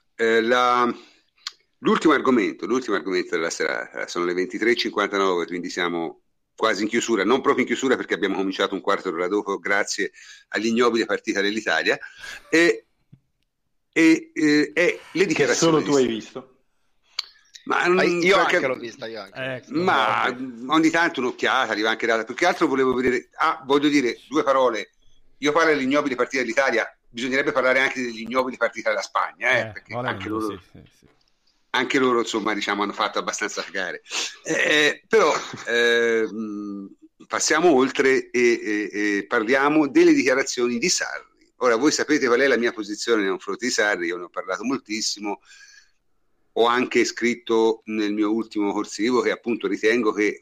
l'ultimo argomento della serata, sono le 23:59, quindi siamo quasi in chiusura, non proprio in chiusura perché abbiamo cominciato un quarto d'ora dopo, grazie all'ignobile partita dell'Italia, e le dichiarazioni. Che solo tu hai visto. Ma io anche l'ho vista, ma ogni tanto un'occhiata gli va anche data. Più che altro volevo vedere, voglio dire due parole. Io parlo dell'ignobile partita dell'Italia, bisognerebbe parlare anche degli ignobili partita della Spagna, perché anche loro, anche loro, insomma, diciamo, hanno fatto abbastanza cagare. Però passiamo oltre e parliamo delle dichiarazioni di Sarri. Ora, voi sapete qual è la mia posizione nei confronti di Sarri, io ne ho parlato moltissimo. Ho anche scritto nel mio ultimo corsivo che appunto ritengo che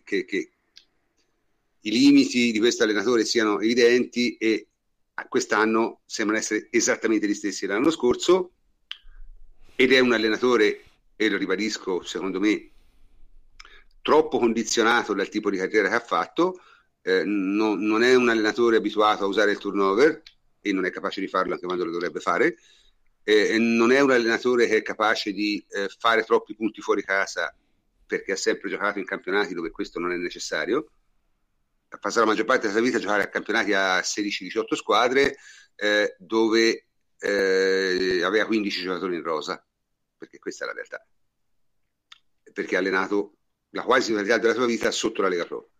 i limiti di questo allenatore siano evidenti e quest'anno sembrano essere esattamente gli stessi dell'anno scorso, ed è un allenatore, e lo ribadisco, secondo me troppo condizionato dal tipo di carriera che ha fatto. Non è un allenatore abituato a usare il turnover e non è capace di farlo anche quando lo dovrebbe fare. Non è un allenatore che è capace di fare troppi punti fuori casa, perché ha sempre giocato in campionati dove questo non è necessario. Ha passato la maggior parte della sua vita a giocare a campionati a 16-18 squadre, dove aveva 15 giocatori in rosa, perché questa è la realtà, perché ha allenato la quasi totalità della sua vita sotto la Lega Pro.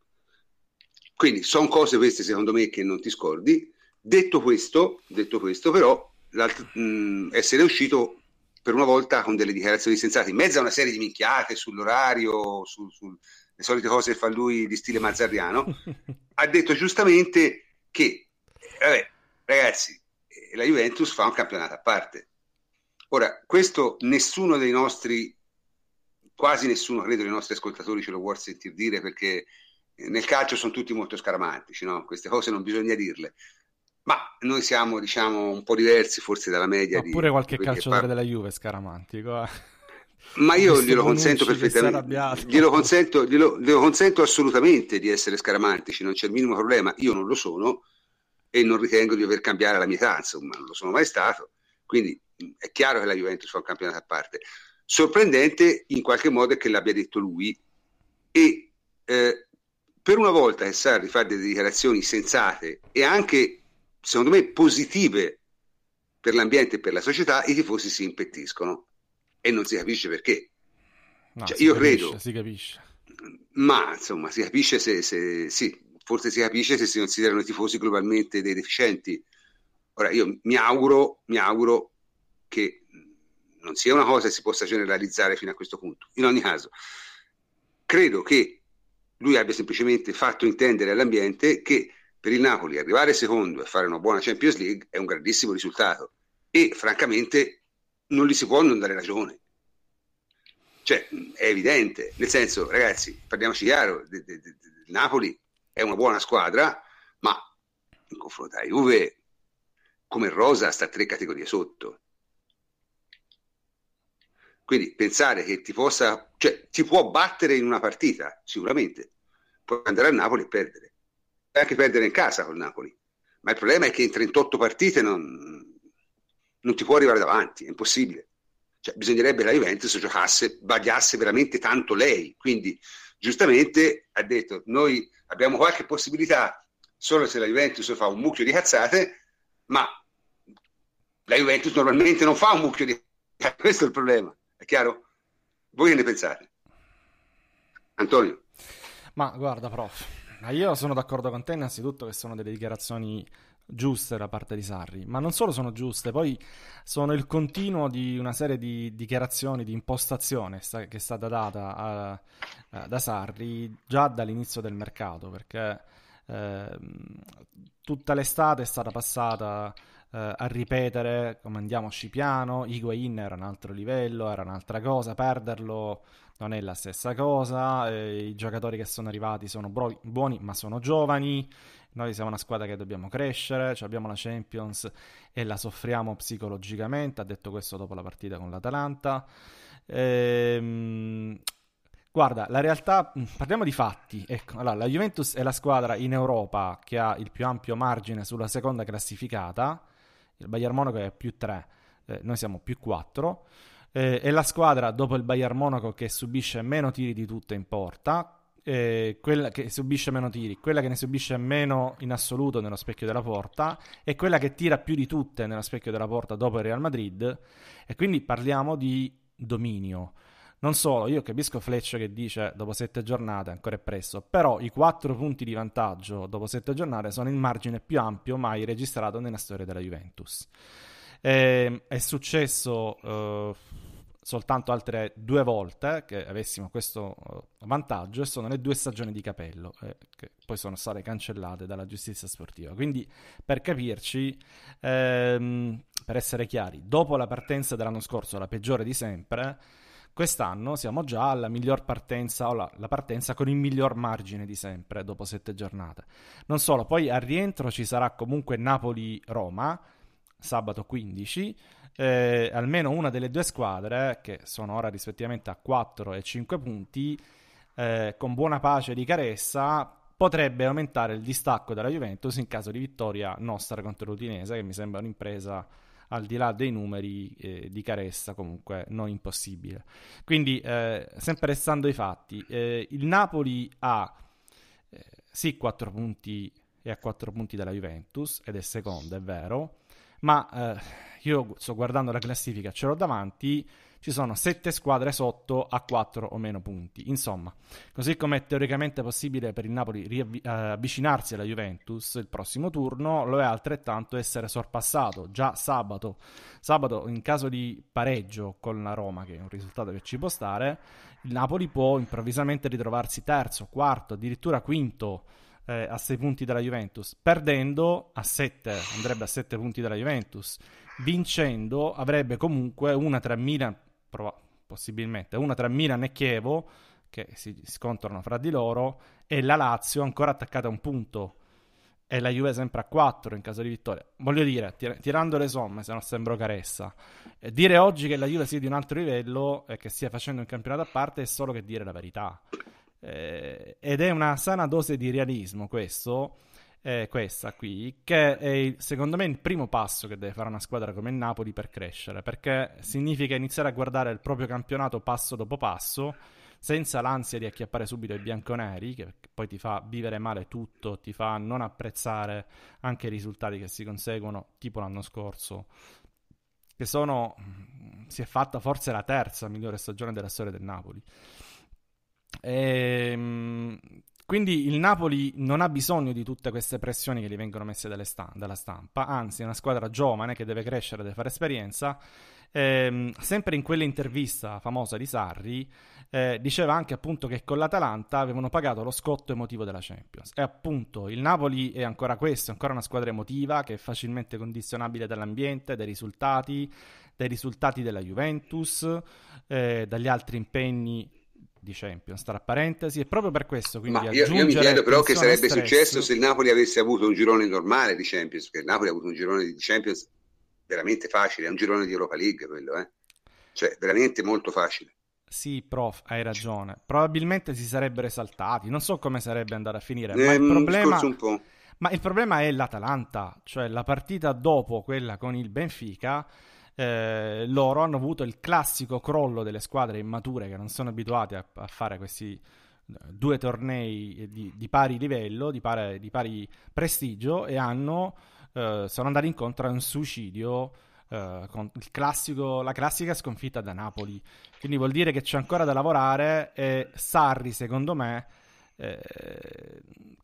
Quindi sono cose queste, secondo me, che non ti scordi. Detto questo però essere uscito per una volta con delle dichiarazioni sensate in mezzo a una serie di minchiate sull'orario, le solite cose che fa lui di stile mazzarriano, ha detto giustamente che ragazzi, la Juventus fa un campionato a parte. Ora, questo nessuno dei nostri, quasi nessuno, credo, dei nostri ascoltatori ce lo vuol sentir dire, perché nel calcio sono tutti molto scaramantici, no? Queste cose non bisogna dirle. Ma noi siamo, diciamo, un po' diversi forse dalla media. Oppure qualche calciatore della Juve scaramantico. Ma io glielo consento perfettamente, glielo consento assolutamente di essere scaramantici, non c'è il minimo problema. Io non lo sono e non ritengo di dover cambiare la mia età, insomma, non lo sono mai stato. Quindi è chiaro che la Juventus fa un campionato a parte. Sorprendente in qualche modo è che l'abbia detto lui, e per una volta che Sarri fa delle dichiarazioni sensate e anche, secondo me, positive per l'ambiente e per la società, i tifosi si impettiscono e non si capisce perché. No, cioè, io capisce, credo, si capisce, ma insomma si capisce se sì, forse si capisce se si considerano i tifosi globalmente dei deficienti. Ora io mi auguro che non sia una cosa che si possa generalizzare fino a questo punto. In ogni caso, credo che lui abbia semplicemente fatto intendere all'ambiente che per il Napoli arrivare secondo e fare una buona Champions League è un grandissimo risultato, e francamente non gli si può non dare ragione. Cioè, è evidente, nel senso, ragazzi, parliamoci chiaro, il Napoli è una buona squadra, ma in confronto alla Juve, come rosa, sta 3 categorie sotto. Quindi pensare che ti possa, cioè ti può battere in una partita, sicuramente, puoi andare a Napoli e perdere, puoi anche perdere in casa col Napoli, ma il problema è che in 38 partite non ti può arrivare davanti, è impossibile. Cioè, bisognerebbe che la Juventus sbagliasse veramente tanto lei. Quindi giustamente ha detto: noi abbiamo qualche possibilità solo se la Juventus fa un mucchio di cazzate, ma la Juventus normalmente non fa un mucchio di cazzate. Questo è il problema, è chiaro? Voi che ne pensate? Antonio? Ma guarda, prof, io sono d'accordo con te innanzitutto che sono delle dichiarazioni giuste da parte di Sarri, ma non solo sono giuste, poi sono il continuo di una serie di dichiarazioni, di impostazione che è stata data da Sarri già dall'inizio del mercato, perché tutta l'estate è stata passata a ripetere come andiamoci piano, Higuain era un altro livello, era un'altra cosa, perderlo non è la stessa cosa, i giocatori che sono arrivati sono buoni ma sono giovani, noi siamo una squadra che dobbiamo crescere, cioè abbiamo la Champions e la soffriamo psicologicamente, ha detto questo dopo la partita con l'Atalanta. Guarda, la realtà, parliamo di fatti. Ecco, allora, la Juventus è la squadra in Europa che ha il più ampio margine sulla seconda classificata, il Bayern Monaco è più 3, noi siamo più 4. È la squadra dopo il Bayern Monaco che subisce meno tiri di tutte in porta, quella che subisce meno tiri, quella che ne subisce meno in assoluto nello specchio della porta e quella che tira più di tutte nello specchio della porta dopo il Real Madrid, e quindi parliamo di dominio. Non solo, io capisco Fleccio che dice dopo 7 giornate ancora è presto, però i 4 punti di vantaggio dopo 7 giornate sono il margine più ampio mai registrato nella storia della Juventus. È successo soltanto altre 2 volte che avessimo questo vantaggio, e sono le 2 stagioni di Capello, che poi sono state cancellate dalla giustizia sportiva. Quindi, per capirci, per essere chiari, dopo la partenza dell'anno scorso, la peggiore di sempre, quest'anno siamo già alla miglior partenza, o la partenza con il miglior margine di sempre dopo 7 giornate. Non solo, poi al rientro ci sarà comunque Napoli-Roma, sabato 15, almeno una delle 2 squadre, che sono ora rispettivamente a 4 e 5 punti, con buona pace di Caressa, potrebbe aumentare il distacco della Juventus in caso di vittoria nostra contro l'Udinese, che mi sembra un'impresa al di là dei numeri di Caressa comunque non impossibile. Quindi sempre restando ai fatti, il Napoli ha sì 4 punti, è a 4 punti dalla Juventus ed è seconda, è vero, ma io sto guardando la classifica, ce l'ho davanti, ci sono 7 squadre sotto a 4 o meno punti. Insomma, così come è teoricamente possibile per il Napoli avvicinarsi alla Juventus il prossimo turno, lo è altrettanto essere sorpassato già sabato in caso di pareggio con la Roma, che è un risultato che ci può stare. Il Napoli può improvvisamente ritrovarsi terzo, quarto, addirittura quinto a 6 punti dalla Juventus. Perdendo a 7 andrebbe a 7 punti dalla Juventus, vincendo avrebbe comunque una tra Milan, possibilmente una tra Milan e Chievo, che si scontrano fra di loro, e la Lazio ancora attaccata a un punto, e la Juve sempre a 4 in caso di vittoria. Voglio dire, tirando le somme, se non sembro Caressa, dire oggi che la Juve sia di un altro livello e che stia facendo un campionato a parte è solo che dire la verità. Ed è una sana dose di realismo questo, questa qui, che è secondo me il primo passo che deve fare una squadra come il Napoli per crescere, perché significa iniziare a guardare il proprio campionato passo dopo passo, senza l'ansia di acchiappare subito i bianconeri, che poi ti fa vivere male tutto, ti fa non apprezzare anche i risultati che si conseguono, tipo l'anno scorso, che si è fatta forse la terza migliore stagione della storia del Napoli. Quindi il Napoli non ha bisogno di tutte queste pressioni che gli vengono messe dalla stampa, anzi è una squadra giovane che deve crescere, deve fare esperienza. Sempre in quell'intervista famosa di Sarri diceva anche appunto che con l'Atalanta avevano pagato lo scotto emotivo della Champions, e appunto il Napoli è ancora questo, è ancora una squadra emotiva che è facilmente condizionabile dall'ambiente, dai risultati della Juventus, dagli altri impegni di Champions, tra parentesi, e proprio per questo quindi io mi chiedo però che sarebbe successo se il Napoli avesse avuto un girone normale di Champions, perché il Napoli ha avuto un girone di Champions veramente facile, è un girone di Europa League quello, cioè veramente molto facile. Sì, prof, hai ragione, probabilmente si sarebbero esaltati, non so come sarebbe andata a finire, ma il problema è l'Atalanta, cioè la partita dopo quella con il Benfica. Loro hanno avuto il classico crollo delle squadre immature che non sono abituate a fare questi 2 tornei di pari livello, di pari prestigio, e sono andati incontro a un suicidio con la classica sconfitta da Napoli. Quindi vuol dire che c'è ancora da lavorare, e Sarri secondo me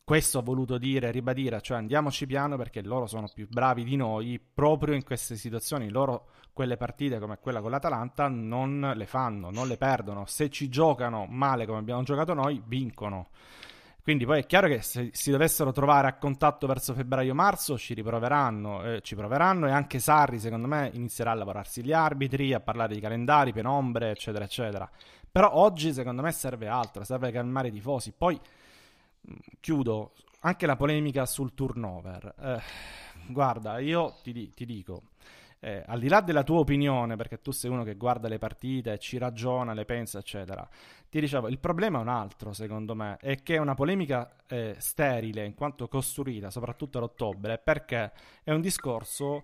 questo ho voluto ribadire, cioè andiamoci piano perché loro sono più bravi di noi proprio in queste situazioni. Loro quelle partite come quella con l'Atalanta non le fanno, non le perdono. Se ci giocano male come abbiamo giocato noi, vincono. Quindi poi è chiaro che se si dovessero trovare a contatto verso febbraio-marzo ci proveranno e anche Sarri secondo me inizierà a lavorarsi gli arbitri, a parlare di calendari, penombre, eccetera, eccetera. Però oggi secondo me serve altro, serve calmare i tifosi. Poi chiudo anche la polemica sul turnover. Guarda, io ti dico, al di là della tua opinione, perché tu sei uno che guarda le partite, ci ragiona, le pensa, eccetera, ti dicevo, il problema è un altro, secondo me, è che è una polemica sterile in quanto costruita, soprattutto ad ottobre, perché è un discorso,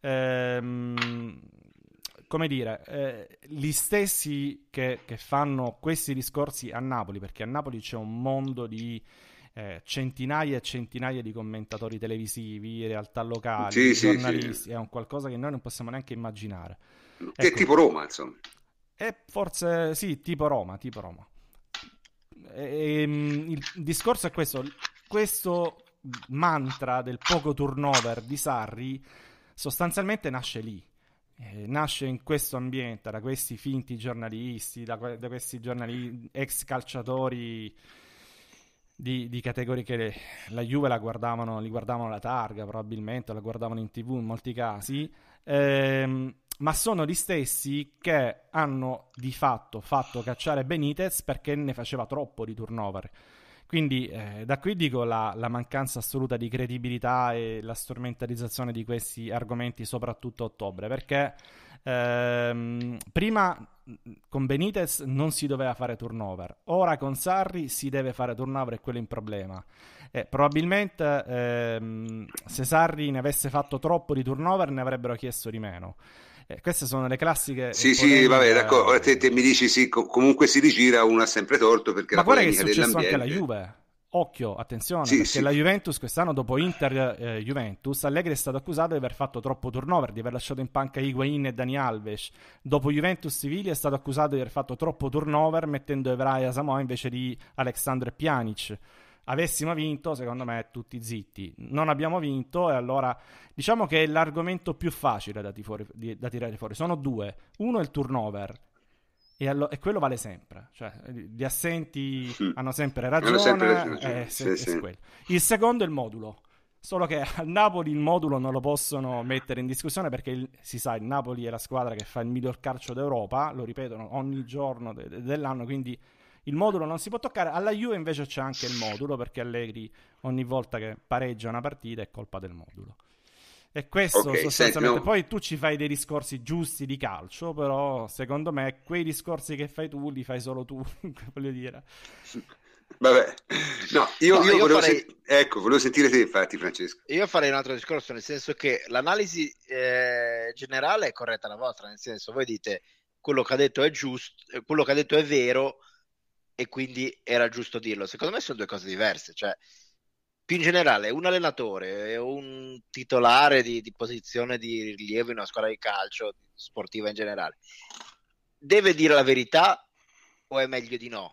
come dire, gli stessi che fanno questi discorsi a Napoli, perché a Napoli c'è un mondo di centinaia e centinaia di commentatori televisivi, realtà locali, giornalisti, è un qualcosa che noi non possiamo neanche immaginare. Che è tipo Roma, insomma. E forse sì, tipo Roma. Il discorso è questo mantra del poco turnover di Sarri sostanzialmente nasce lì. Nasce in questo ambiente, da questi finti giornalisti, da questi ex calciatori di categorie che la Juve li guardavano alla targa, probabilmente la guardavano in TV in molti casi, ma sono gli stessi che hanno di fatto fatto cacciare Benitez perché ne faceva troppo di turnover. Quindi da qui dico la mancanza assoluta di credibilità e la strumentalizzazione di questi argomenti, soprattutto a ottobre, perché prima con Benitez non si doveva fare turnover, ora con Sarri si deve fare turnover e quello è un problema. Probabilmente se Sarri ne avesse fatto troppo di turnover ne avrebbero chiesto di meno. Queste sono le classiche sì, vabbè, d'accordo. Te mi dici sì, comunque si rigira, uno ha sempre torto perché ma la guarda che è polemica successo dell'ambiente. Anche alla Juve. Occhio, attenzione, Sì, perché sì. la Juventus quest'anno dopo Inter Juventus, Allegri è stato accusato di aver fatto troppo turnover, di aver lasciato in panca Higuain e Dani Alves. Dopo Juventus Siviglia è stato accusato di aver fatto troppo turnover mettendo Evra e Asamoah invece di Alexandro e Pjanic. Avessimo vinto, secondo me, tutti zitti. Non abbiamo vinto e allora diciamo che è l'argomento più facile da tirare fuori. Sono due. Uno è il turnover e quello vale sempre. Cioè, gli assenti hanno sempre ragione. Sì. Quello. Il secondo è il modulo. Solo che al Napoli il modulo non lo possono mettere in discussione perché si sa, il Napoli è la squadra che fa il miglior calcio d'Europa, lo ripetono ogni giorno dell'anno, quindi il modulo non si può toccare. Alla Juve invece c'è anche il modulo perché Allegri ogni volta che pareggia una partita è colpa del modulo. E questo sostanzialmente. Poi tu ci fai dei discorsi giusti di calcio, però secondo me quei discorsi che fai tu li fai solo tu, voglio dire. Vabbè, no, io volevo sentire te, infatti, Francesco. Io farei un altro discorso, nel senso che l'analisi generale è corretta la vostra, nel senso voi dite quello che ha detto è giusto, quello che ha detto è vero e quindi era giusto dirlo. Secondo me sono due cose diverse, cioè più in generale un allenatore o un titolare di posizione di rilievo in una squadra di calcio sportiva in generale deve dire la verità o è meglio di no?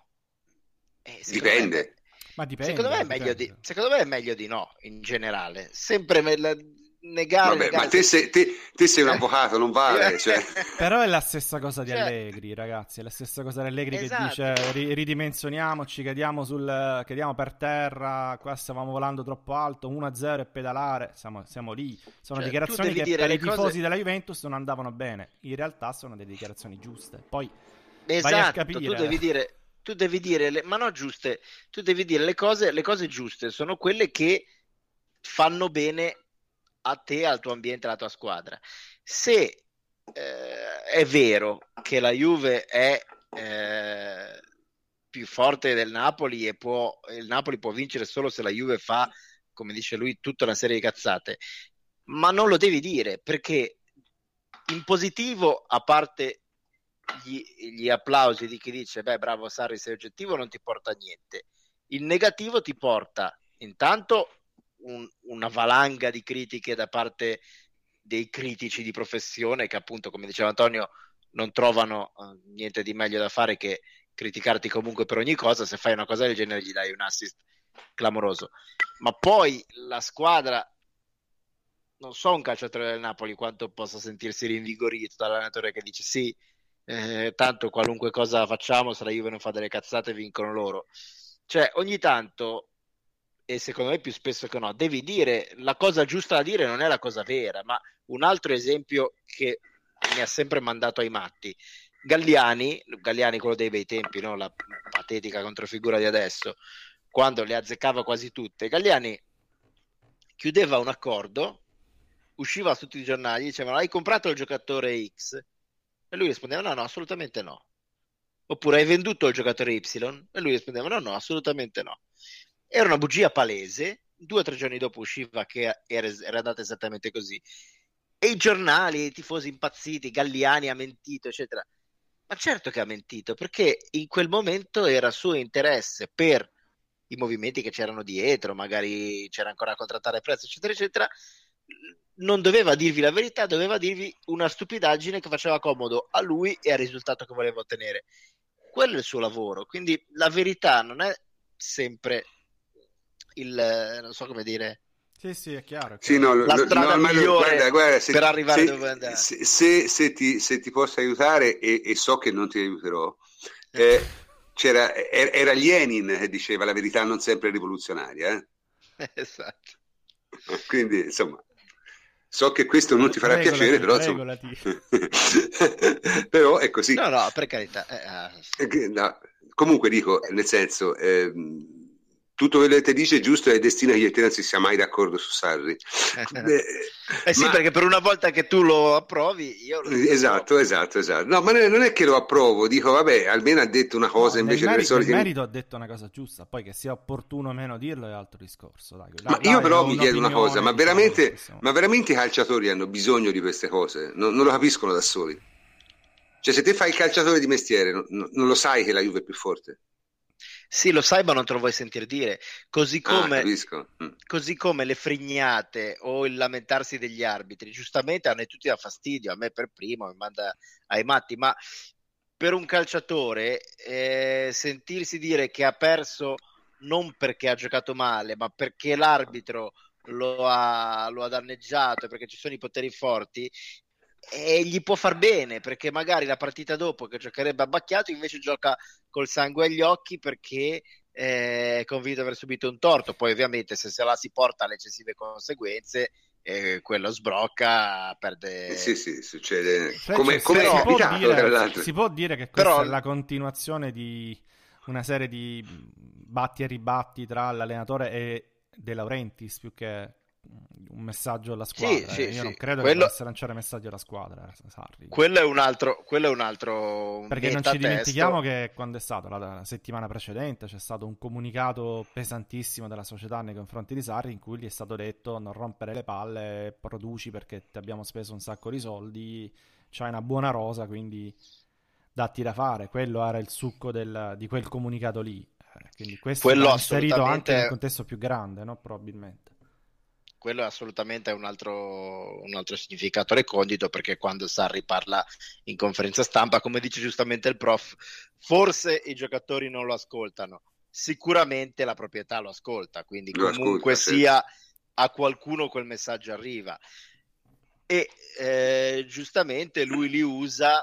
Dipende. Ma dipende. Secondo me è meglio di no in generale, sempre negare. Vabbè, ma te sei un avvocato, non vale. Cioè. Però è la stessa cosa di Allegri, ragazzi. È la stessa cosa di Allegri che dice ridimensioniamoci, cadiamo per terra. Qua stavamo volando troppo alto, 1-0 e pedalare. Siamo lì. Sono dichiarazioni che per i tifosi della Juventus non andavano bene. In realtà sono delle dichiarazioni giuste. Poi vai a capire. Tu devi dire, ma no giuste. Tu devi dire le cose giuste sono quelle che fanno bene a te, al tuo ambiente, alla tua squadra. Se è vero che la Juve è più forte del Napoli e il Napoli può vincere solo se la Juve fa, come dice lui, tutta una serie di cazzate, ma non lo devi dire, perché in positivo, a parte gli applausi di chi dice beh bravo Sarri, sei oggettivo, non ti porta a niente. Il negativo ti porta intanto una valanga di critiche da parte dei critici di professione che appunto, come diceva Antonio, non trovano niente di meglio da fare che criticarti comunque per ogni cosa. Se fai una cosa del genere gli dai un assist clamoroso. Ma poi la squadra, non so un calciatore del Napoli quanto possa sentirsi rinvigorito dall'allenatore che dice sì, tanto qualunque cosa facciamo, se la Juve non fa delle cazzate vincono loro. Cioè ogni tanto, e secondo me più spesso che no, devi dire la cosa giusta da dire, non è la cosa vera. Ma un altro esempio che mi ha sempre mandato ai matti, Galliani, quello dei bei tempi, no? La patetica controfigura di adesso, quando le azzeccava quasi tutte, Galliani chiudeva un accordo, usciva su tutti i giornali, dicevano hai comprato il giocatore X? E lui rispondeva no, assolutamente no. Oppure hai venduto il giocatore Y? E lui rispondeva no, assolutamente no. Era una bugia palese. 2 o 3 giorni dopo usciva che era andata esattamente così. E i giornali, i tifosi impazziti, Galliani ha mentito, eccetera. Ma certo che ha mentito, perché in quel momento era suo interesse, per i movimenti che c'erano dietro, magari c'era ancora da contrattare prezzo, eccetera, eccetera, non doveva dirvi la verità, doveva dirvi una stupidaggine che faceva comodo a lui e al risultato che voleva ottenere. Quello è il suo lavoro, quindi la verità non è sempre non so come dire. Sì, è chiaro. Sì, no, la strada migliore guarda, per arrivare dove vuoi andare. Se ti posso aiutare, e so che non ti aiuterò, era Lenin che diceva la verità non sempre è rivoluzionaria. Esatto. Quindi, insomma, so che questo non ti farà piacere, però insomma... però è così. No, per carità. No. Comunque dico, nel senso... tutto quello che ti dice è giusto, e destina che io e te non si sia mai d'accordo su Sarri. Sì, perché per una volta che tu lo approvi, io lo esatto. No, ma non è che lo approvo, dico vabbè, almeno ha detto una cosa, invece delle solite... Nel merito ha detto una cosa giusta, poi che sia opportuno o meno dirlo è altro discorso. Ma io però mi chiedo una cosa, ma veramente i calciatori hanno bisogno di queste cose? Non lo capiscono da soli. Cioè, se te fai il calciatore di mestiere, non lo sai che la Juve è più forte? Sì, lo sai, ma non te lo vuoi sentire dire. Così come le frignate o il lamentarsi degli arbitri, giustamente a noi tutti dà fastidio, a me per primo, mi manda ai matti, ma per un calciatore sentirsi dire che ha perso non perché ha giocato male, ma perché l'arbitro lo ha danneggiato, perché ci sono i poteri forti, e gli può far bene, perché magari la partita dopo, che giocherebbe abbacchiato, invece gioca col sangue agli occhi perché è convinto di aver subito un torto. Poi ovviamente se la si porta alle eccessive conseguenze, quello sbrocca, perde. Sì, succede come è capitato. Si può dire che questa è la continuazione di una serie di batti e ribatti tra l'allenatore e De Laurentiis, più che un messaggio alla squadra. Io non credo che possa lanciare messaggi alla squadra, Sarri. Quello è un altro perché non ci dimentichiamo che quando è stato la settimana precedente c'è stato un comunicato pesantissimo della società nei confronti di Sarri, in cui gli è stato detto non rompere le palle, produci perché ti abbiamo speso un sacco di soldi, c'hai una buona rosa, quindi datti da fare. Quello era il succo di quel comunicato lì, quindi questo è inserito anche in un contesto più grande, no? Probabilmente quello è assolutamente un altro significato recondito, perché quando Sarri parla in conferenza stampa, come dice giustamente il prof, forse i giocatori non lo ascoltano, sicuramente la proprietà lo ascolta, quindi comunque sia a qualcuno quel messaggio arriva, e giustamente lui li usa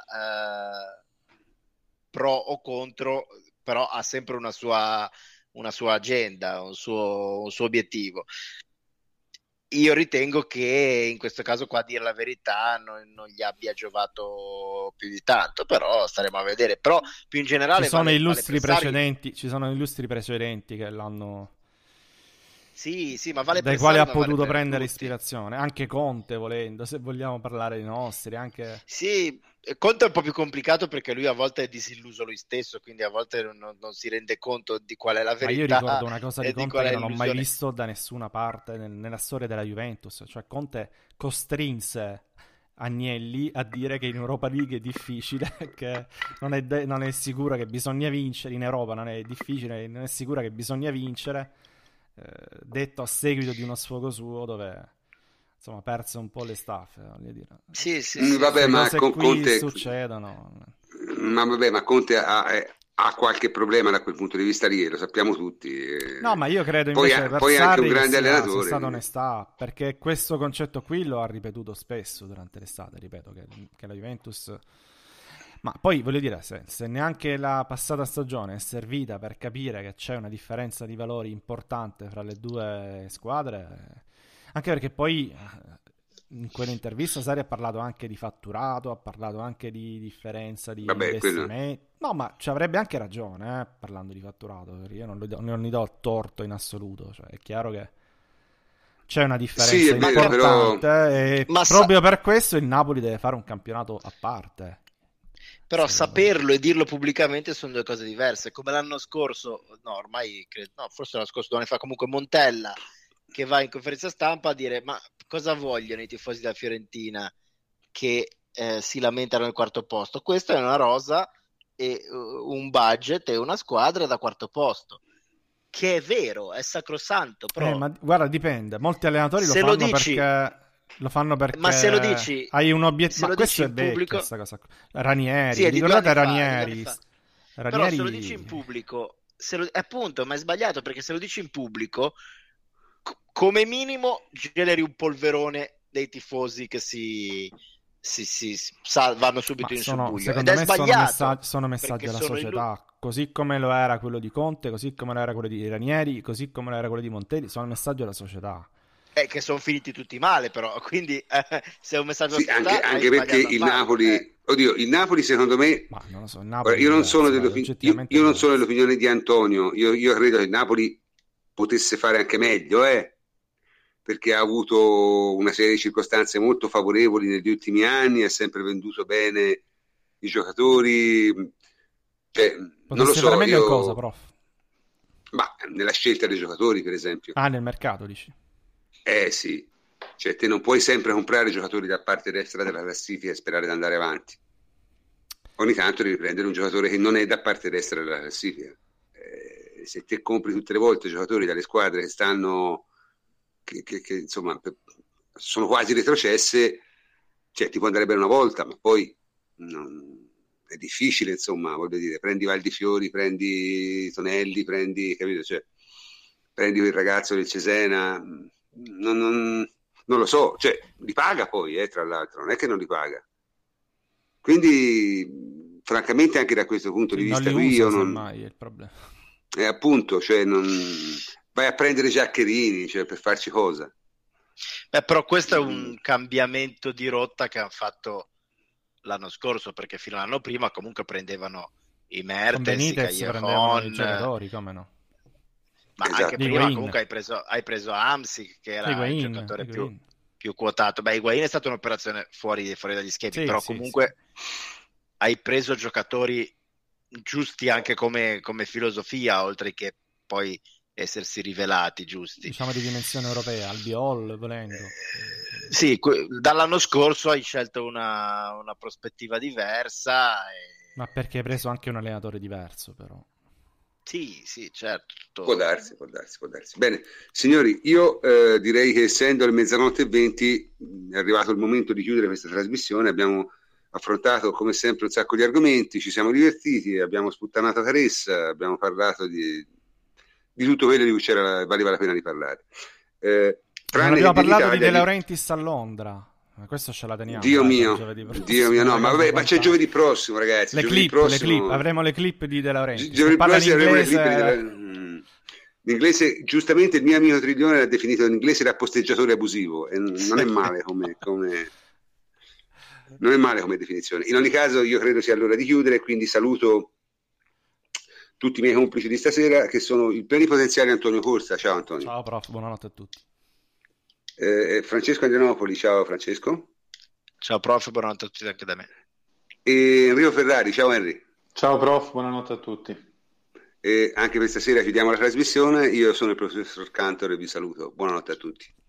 pro o contro, però ha sempre una sua agenda, un suo obiettivo. Io ritengo che in questo caso qua, dire la verità non gli abbia giovato più di tanto, però staremo a vedere. Però più in generale ci sono illustri precedenti che l'hanno sì, ma vale dai quali ha potuto prendere ispirazione, anche Conte, volendo, se vogliamo parlare dei nostri, anche sì. Conte è un po' più complicato perché lui a volte è disilluso lui stesso, quindi a volte non si rende conto di qual è la verità. Ma io ricordo una cosa di Conte che non ho mai visto da nessuna parte nella storia della Juventus, cioè Conte costrinse Agnelli a dire che in Europa League è difficile, che non è sicuro, che bisogna vincere, in Europa non è difficile, non è sicura, che bisogna vincere, detto a seguito di uno sfogo suo dove... insomma, perse un po' le staffe, voglio dire. Sì. Vabbè, ma Conte succedono. Ma vabbè, ma Conte ha qualche problema da quel punto di vista lì, lo sappiamo tutti. No, ma io credo Poi, invece per poi è anche un Sarri che grande sia allenatore. stata onestà, perché questo concetto qui lo ha ripetuto spesso durante l'estate, ripeto, che la Juventus... Ma poi voglio dire, se neanche la passata stagione è servita per capire che c'è una differenza di valori importante fra le due squadre, anche perché poi in quell'intervista Sarri ha parlato anche di fatturato, ha parlato anche di differenza di Vabbè, quello... investimenti. No, ma ci avrebbe anche ragione, parlando di fatturato, perché io non gli do torto in assoluto, cioè è chiaro che c'è una differenza Sì, è vero, importante però... e Ma proprio per questo il Napoli deve fare un campionato a parte. Però Secondo me. saperlo e dirlo pubblicamente sono due cose diverse. Come l'anno scorso, no, ormai no, forse l'anno scorso, 2 anni fa, comunque Montella che va in conferenza stampa a dire: ma cosa vogliono i tifosi della Fiorentina che si lamentano al quarto posto? Questa è una rosa e un budget e una squadra da quarto posto, che è vero, è sacrosanto, però Ma guarda, dipende. Molti allenatori se lo fanno perché ma se lo dici, hai un obiettivo. se Ma lo dici questo è in vecchio, pubblico, questa cosa. Ranieri, sì, è vi di 2 ricordate anni fa, è di 2 anni Ranieri? fa. Però se lo dici in Ranieri... pubblico, appunto, ma è sbagliato, perché se lo dici in pubblico, come minimo generi un polverone dei tifosi che vanno subito Ma in subbuglio. Ed secondo è me sbagliato, sono messaggi perché alla sono società, così come lo era quello di Conte, così come lo era quello di Ranieri, così come lo era quello di Montelli, sono messaggi alla società. che sono finiti tutti male, però, quindi se è un messaggio Sì, alla società, anche perché il Napoli, oddio, il Napoli secondo me, Ma non lo so, il ora, Napoli è diverso, dai, oggettivamente io è non sono diverso. dell'opinione di Antonio, io credo che il Napoli potesse fare anche meglio, perché ha avuto una serie di circostanze molto favorevoli negli ultimi anni, ha sempre venduto bene i giocatori, cioè, non lo Potesse fare so, meglio in cosa, prof? ma nella scelta dei giocatori, per esempio. Ah, nel mercato, dici? Sì, cioè te non puoi sempre comprare giocatori da parte destra della classifica e sperare di andare avanti. Ogni tanto devi prendere un giocatore che non è da parte destra della classifica. Se te compri tutte le volte giocatori dalle squadre che stanno, che insomma sono quasi retrocesse, cioè ti può andare bene una volta, ma poi è difficile, insomma, voglio dire, prendi Valdifiori, prendi Tonelli, capito? Cioè, prendi quel ragazzo del Cesena, non lo so, cioè li paga poi, tra l'altro, non è che non li paga. Quindi, francamente, anche da questo punto di Non vista li qui, usa, io non... semmai, è il problema. appunto, cioè, non... vai a prendere Giaccherini, cioè, per farci cosa? Però questo è un cambiamento di rotta che hanno fatto l'anno scorso, perché fino all'anno prima comunque prendevano i Mertens, i prendevano i Callejon, giocatori, come no? ma Esatto. anche prima comunque hai preso Amsi, che era il giocatore più quotato. Beh, Higuain è stata un'operazione fuori dagli schemi, sì, però sì, comunque hai preso giocatori giusti anche come filosofia, oltre che poi essersi rivelati giusti. Diciamo di dimensione europea, Albiol, volendo. Sì, dall'anno scorso hai scelto una prospettiva diversa. Ma perché hai preso anche un allenatore diverso, però. Sì, certo. Può darsi. Bene, signori, io direi che essendo le 00:20 è arrivato il momento di chiudere questa trasmissione. Abbiamo affrontato come sempre un sacco di argomenti, ci siamo divertiti, abbiamo sputtanato Caressa, abbiamo parlato di tutto quello di cui valeva la pena di parlare. Non abbiamo parlato di De Laurentiis a Londra. Questo ce la teniamo. Dio mio, no, ma c'è giovedì prossimo, ragazzi. Le clip, avremo le clip di De Laurentiis. Giovedì prossimo avremo le clip l'inglese, giustamente il mio amico Triglione l'ha definito l'inglese da posteggiatore abusivo e non è male non è male come definizione. In ogni caso io credo sia l'ora di chiudere, quindi saluto tutti i miei complici di stasera, che sono il plenipotenziario Antonio Corsa. Ciao Antonio. Ciao prof, buonanotte a tutti. Francesco Andrianopoli, ciao Francesco. Ciao prof, buonanotte a tutti anche da me. E Enrico Ferrari, ciao Henry. Ciao prof, buonanotte a tutti. E anche per stasera chiudiamo la trasmissione. Io sono il professor Cantor e vi saluto. Buonanotte a tutti.